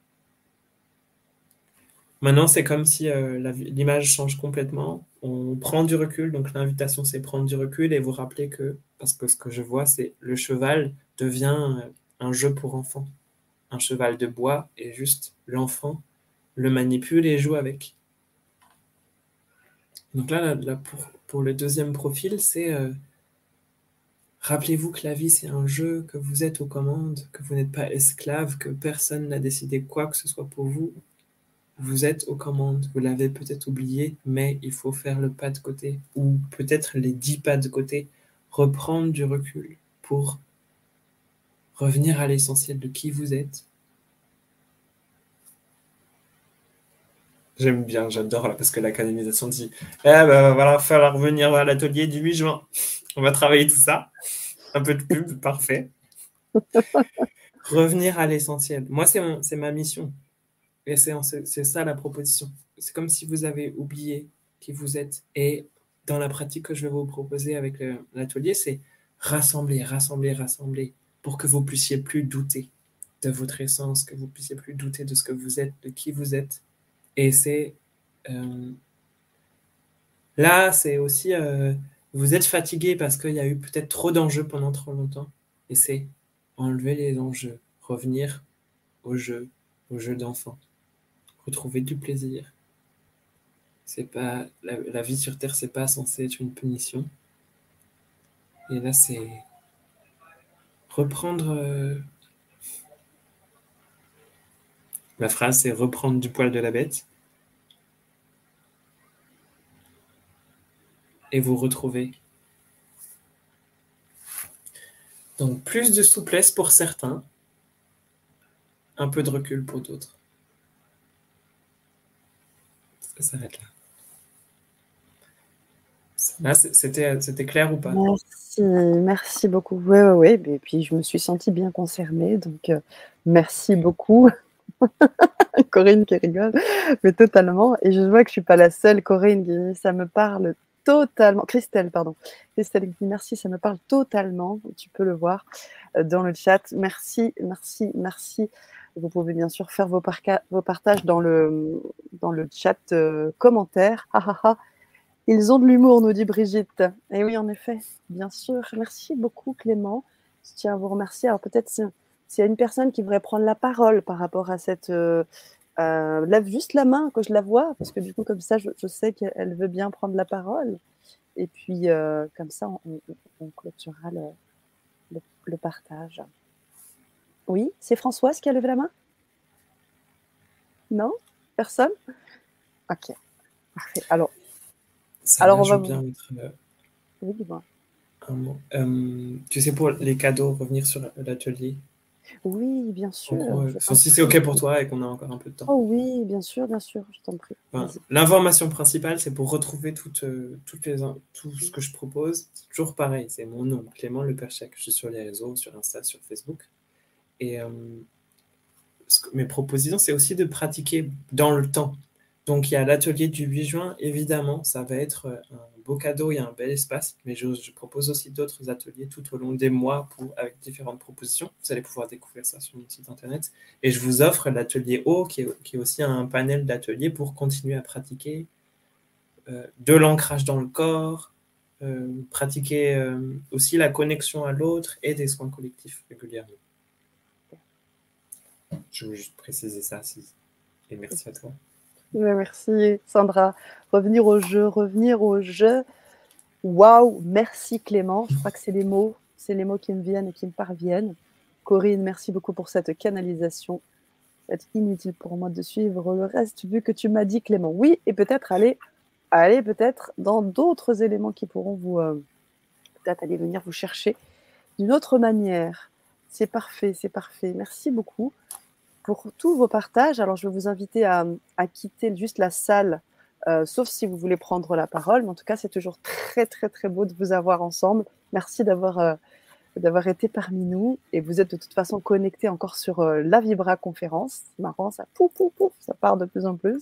Maintenant, c'est comme si euh, la, l'image change complètement. On prend du recul, donc l'invitation, c'est prendre du recul et vous rappeler que, parce que ce que je vois, c'est le cheval devient un jeu pour enfants. Un cheval de bois et juste l'enfant le manipule et joue avec. Donc là, là, là pour, pour le deuxième profil, c'est... Euh, rappelez-vous que la vie, c'est un jeu, que vous êtes aux commandes, que vous n'êtes pas esclave, que personne n'a décidé quoi que ce soit pour vous. Vous êtes aux commandes, vous l'avez peut-être oublié, mais il faut faire le pas de côté, ou peut-être les dix pas de côté, reprendre du recul pour revenir à l'essentiel de qui vous êtes. J'aime bien, j'adore, là, parce que la canonisation dit « Eh ben voilà, il va falloir revenir à l'atelier du huit juin. On va travailler tout ça. » Un peu de pub, parfait. Revenir à l'essentiel. Moi, c'est, mon, c'est ma mission. Et c'est, c'est ça la proposition. C'est comme si vous avez oublié qui vous êtes. Et dans la pratique que je vais vous proposer avec le, l'atelier, c'est rassembler, rassembler, rassembler pour que vous puissiez plus douter de votre essence, que vous puissiez plus douter de ce que vous êtes, de qui vous êtes. Et c'est... Euh, là, c'est aussi... Euh, vous êtes fatigué parce qu'il y a eu peut-être trop d'enjeux pendant trop longtemps. Et c'est enlever les enjeux, revenir au jeu, au jeu d'enfant. Retrouver du plaisir. C'est pas, la, la vie sur Terre, c'est pas censé être une punition. Et là, c'est reprendre... Euh, la phrase, c'est reprendre du poil de la bête. Et vous retrouver. Donc, plus de souplesse pour certains, un peu de recul pour d'autres. Ça s'arrête là. Là, c'était, c'était clair ou pas?
Merci, merci beaucoup. Oui, oui, oui. Et puis, je me suis sentie bien concernée. Donc, euh, merci beaucoup. Corinne qui rigole, mais totalement. Et je vois que je ne suis pas la seule, Corinne, qui dit ça me parle totalement. Christelle, pardon. Christelle qui dit merci, ça me parle totalement. Tu peux le voir dans le chat. Merci, merci, merci. Vous pouvez bien sûr faire vos, vos partages dans le, dans le chat euh, commentaire. Ha, ha, ha. Ils ont de l'humour, nous dit Brigitte. Et oui, en effet, bien sûr. Merci beaucoup, Clément. Je tiens à vous remercier. Alors peut-être s'il y a une personne qui voudrait prendre la parole par rapport à cette... Euh, euh, lève juste la main, que je la vois, parce que du coup, comme ça, je, je sais qu'elle veut bien prendre la parole. Et puis, euh, comme ça, on, on, on clôturera le, le, le partage. Oui, c'est Françoise qui a levé la main? Non? Personne? Ok, parfait. Alors,
Ça
alors on
je
va...
veux bien mettre euh,
oui, dis-moi.
Un mot. Euh, tu sais, pour les cadeaux, revenir sur l'atelier.
Oui, bien sûr.
En gros, enfin, si c'est OK pour toi et qu'on a encore un peu de temps.
Oh oui, bien sûr, bien sûr, je t'en prie.
Enfin, l'information principale, c'est pour retrouver toutes, euh, toutes les, tout ce que je propose. C'est toujours pareil, c'est mon nom, Clément Leperchec. Je suis sur les réseaux, sur Insta, sur Facebook. Et euh, ce que, mes propositions, c'est aussi de pratiquer dans le temps. Donc, il y a l'atelier du huit juin, évidemment, ça va être un beau cadeau, il y a un bel espace, mais je, je propose aussi d'autres ateliers tout au long des mois pour, avec différentes propositions. Vous allez pouvoir découvrir ça sur mon site internet. Et je vous offre l'atelier haut, qui est, qui est aussi un panel d'ateliers pour continuer à pratiquer euh, de l'ancrage dans le corps, euh, pratiquer euh, aussi la connexion à l'autre et des soins collectifs régulièrement. Je veux juste préciser ça, et merci à toi.
Merci Sandra. Revenir au jeu, revenir au jeu. Waouh, merci Clément. Je crois que c'est les mots, c'est les mots qui me viennent et qui me parviennent. Corinne, merci beaucoup pour cette canalisation. C'est inutile pour moi de suivre le reste vu que tu m'as dit Clément. Oui, et peut-être aller, aller peut-être dans d'autres éléments qui pourront vous euh, peut-être aller venir vous chercher d'une autre manière. C'est parfait, c'est parfait. Merci beaucoup pour tous vos partages. Alors, je vais vous inviter à, à quitter juste la salle, euh, sauf si vous voulez prendre la parole. Mais en tout cas, c'est toujours très, très, très beau de vous avoir ensemble. Merci d'avoir euh, d'avoir été parmi nous. Et vous êtes de toute façon connectés encore sur euh, la Vibra conférence. C'est marrant, ça, pouf, pouf, pouf, ça part de plus en plus.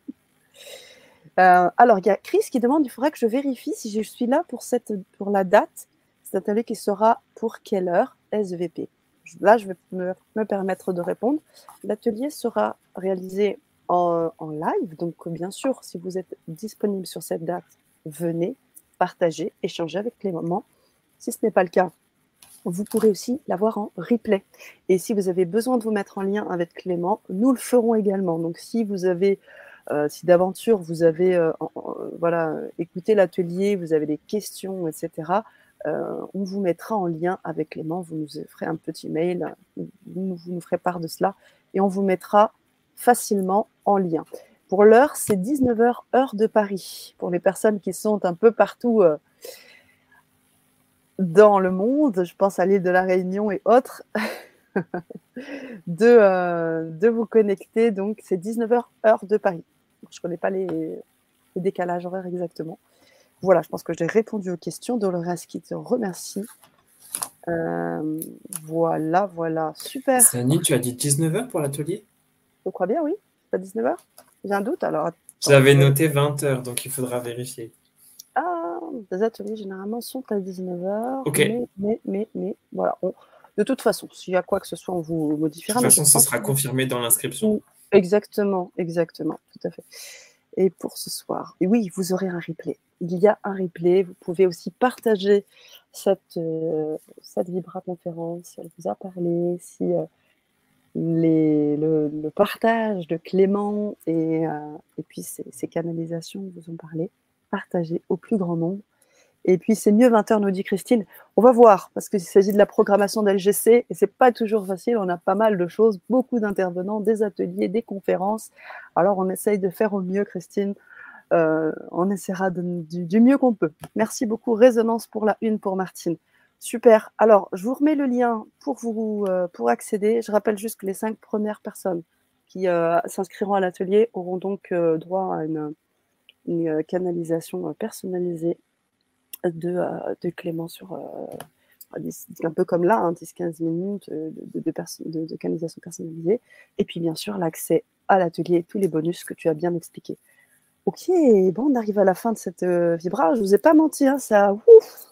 euh, alors, il y a Chris qui demande, il faudrait que je vérifie si je suis là pour, cette, pour la date. Cet atelier qui sera pour quelle heure? S V P. Là, je vais me, me permettre de répondre. L'atelier sera réalisé en, en live. Donc, bien sûr, si vous êtes disponible sur cette date, venez, partagez, échangez avec les moments. Si ce n'est pas le cas, vous pourrez aussi l'avoir en replay. Et si vous avez besoin de vous mettre en lien avec Clément, nous le ferons également. Donc, si vous avez, euh, si d'aventure vous avez euh, en, en, voilà, écouté l'atelier, vous avez des questions, et cetera, Euh, on vous mettra en lien avec Clément, vous nous ferez un petit mail, vous, vous nous ferez part de cela et on vous mettra facilement en lien. Pour l'heure, c'est dix-neuf heures, heure de Paris. Pour les personnes qui sont un peu partout euh, dans le monde, je pense à l'île de la Réunion et autres, de, euh, de vous connecter. Donc, c'est dix-neuf heures, heure de Paris. Je ne connais pas les, les décalages horaires exactement. Voilà, je pense que j'ai répondu aux questions. Dolores qui te remercie. Euh, voilà, voilà, super.
Sani, tu as dit dix-neuf heures pour l'atelier?
Je crois bien, oui. C'est pas dix-neuf heures? J'ai un doute, alors.
J'avais noté vingt heures, donc il faudra vérifier.
Ah, les ateliers, généralement, sont à dix-neuf heures.
Ok.
Mais, mais, mais, mais, voilà. On... De toute façon, s'il y a quoi que ce soit, on vous modifiera.
De toute façon, ce sera confirmé dans l'inscription.
Exactement, exactement, tout à fait. Et pour ce soir, et oui, vous aurez un replay. Il y a un replay. Vous pouvez aussi partager cette, euh, cette Vibra conférence. Si elle vous a parlé, si, euh, les, le, le partage de Clément et, euh, et puis ces, ces canalisations que vous en parlez, partagez au plus grand nombre. Et puis c'est mieux vingt heures, nous dit Christine. On va voir, parce qu'il s'agit de la programmation d'L G C et c'est pas toujours facile. On a pas mal de choses, beaucoup d'intervenants, des ateliers, des conférences. Alors on essaye de faire au mieux, Christine. Euh, on essaiera de, du, du mieux qu'on peut. Merci beaucoup. Résonance pour la une pour Martine. Super. Alors, je vous remets le lien pour, vous, euh, pour accéder. Je rappelle juste que les cinq premières personnes qui euh, s'inscriront à l'atelier auront donc euh, droit à une, une canalisation personnalisée de, euh, de Clément sur euh, un peu comme là, hein, dix à quinze minutes de, de, de, de, de canalisation personnalisée. Et puis, bien sûr, l'accès à l'atelier et tous les bonus que tu as bien expliqués. Ok, bon, on arrive à la fin de cette euh, vibra. Je ne vous ai pas menti, hein, ça... Ouf.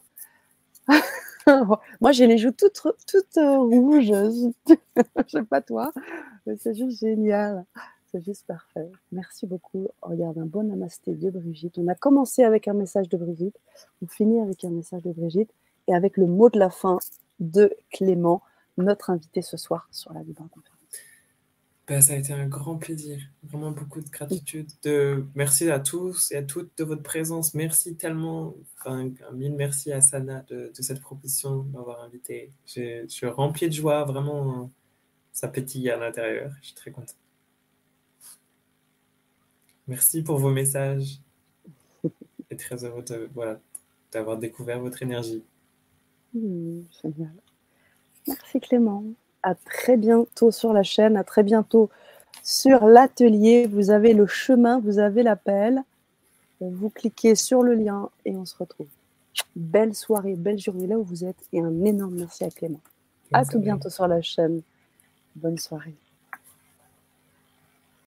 Moi, j'ai les joues toutes, toutes euh, rouges. Je ne sais pas toi, mais c'est juste génial. C'est juste parfait. Merci beaucoup. On regarde un bon namasté de Brigitte. On a commencé avec un message de Brigitte. On finit avec un message de Brigitte et avec le mot de la fin de Clément, notre invité ce soir sur la Vibra Conférence.
Ben, ça a été un grand plaisir, vraiment beaucoup de gratitude. De... Merci à tous et à toutes de votre présence. Merci tellement, enfin, un mille merci à Sana de, de cette proposition, de m'avoir invité. Je suis rempli de joie, vraiment, ça pétille à l'intérieur. Je suis très content. Merci pour vos messages et très heureux de, voilà, d'avoir découvert votre énergie.
Mmh, génial. Merci Clément. À très bientôt sur la chaîne, à très bientôt sur l'atelier. Vous avez le chemin, vous avez l'appel. Vous cliquez sur le lien et on se retrouve. Belle soirée, belle journée là où vous êtes et un énorme merci à Clément. Bonne à soirée. Tout bientôt sur la chaîne. Bonne soirée.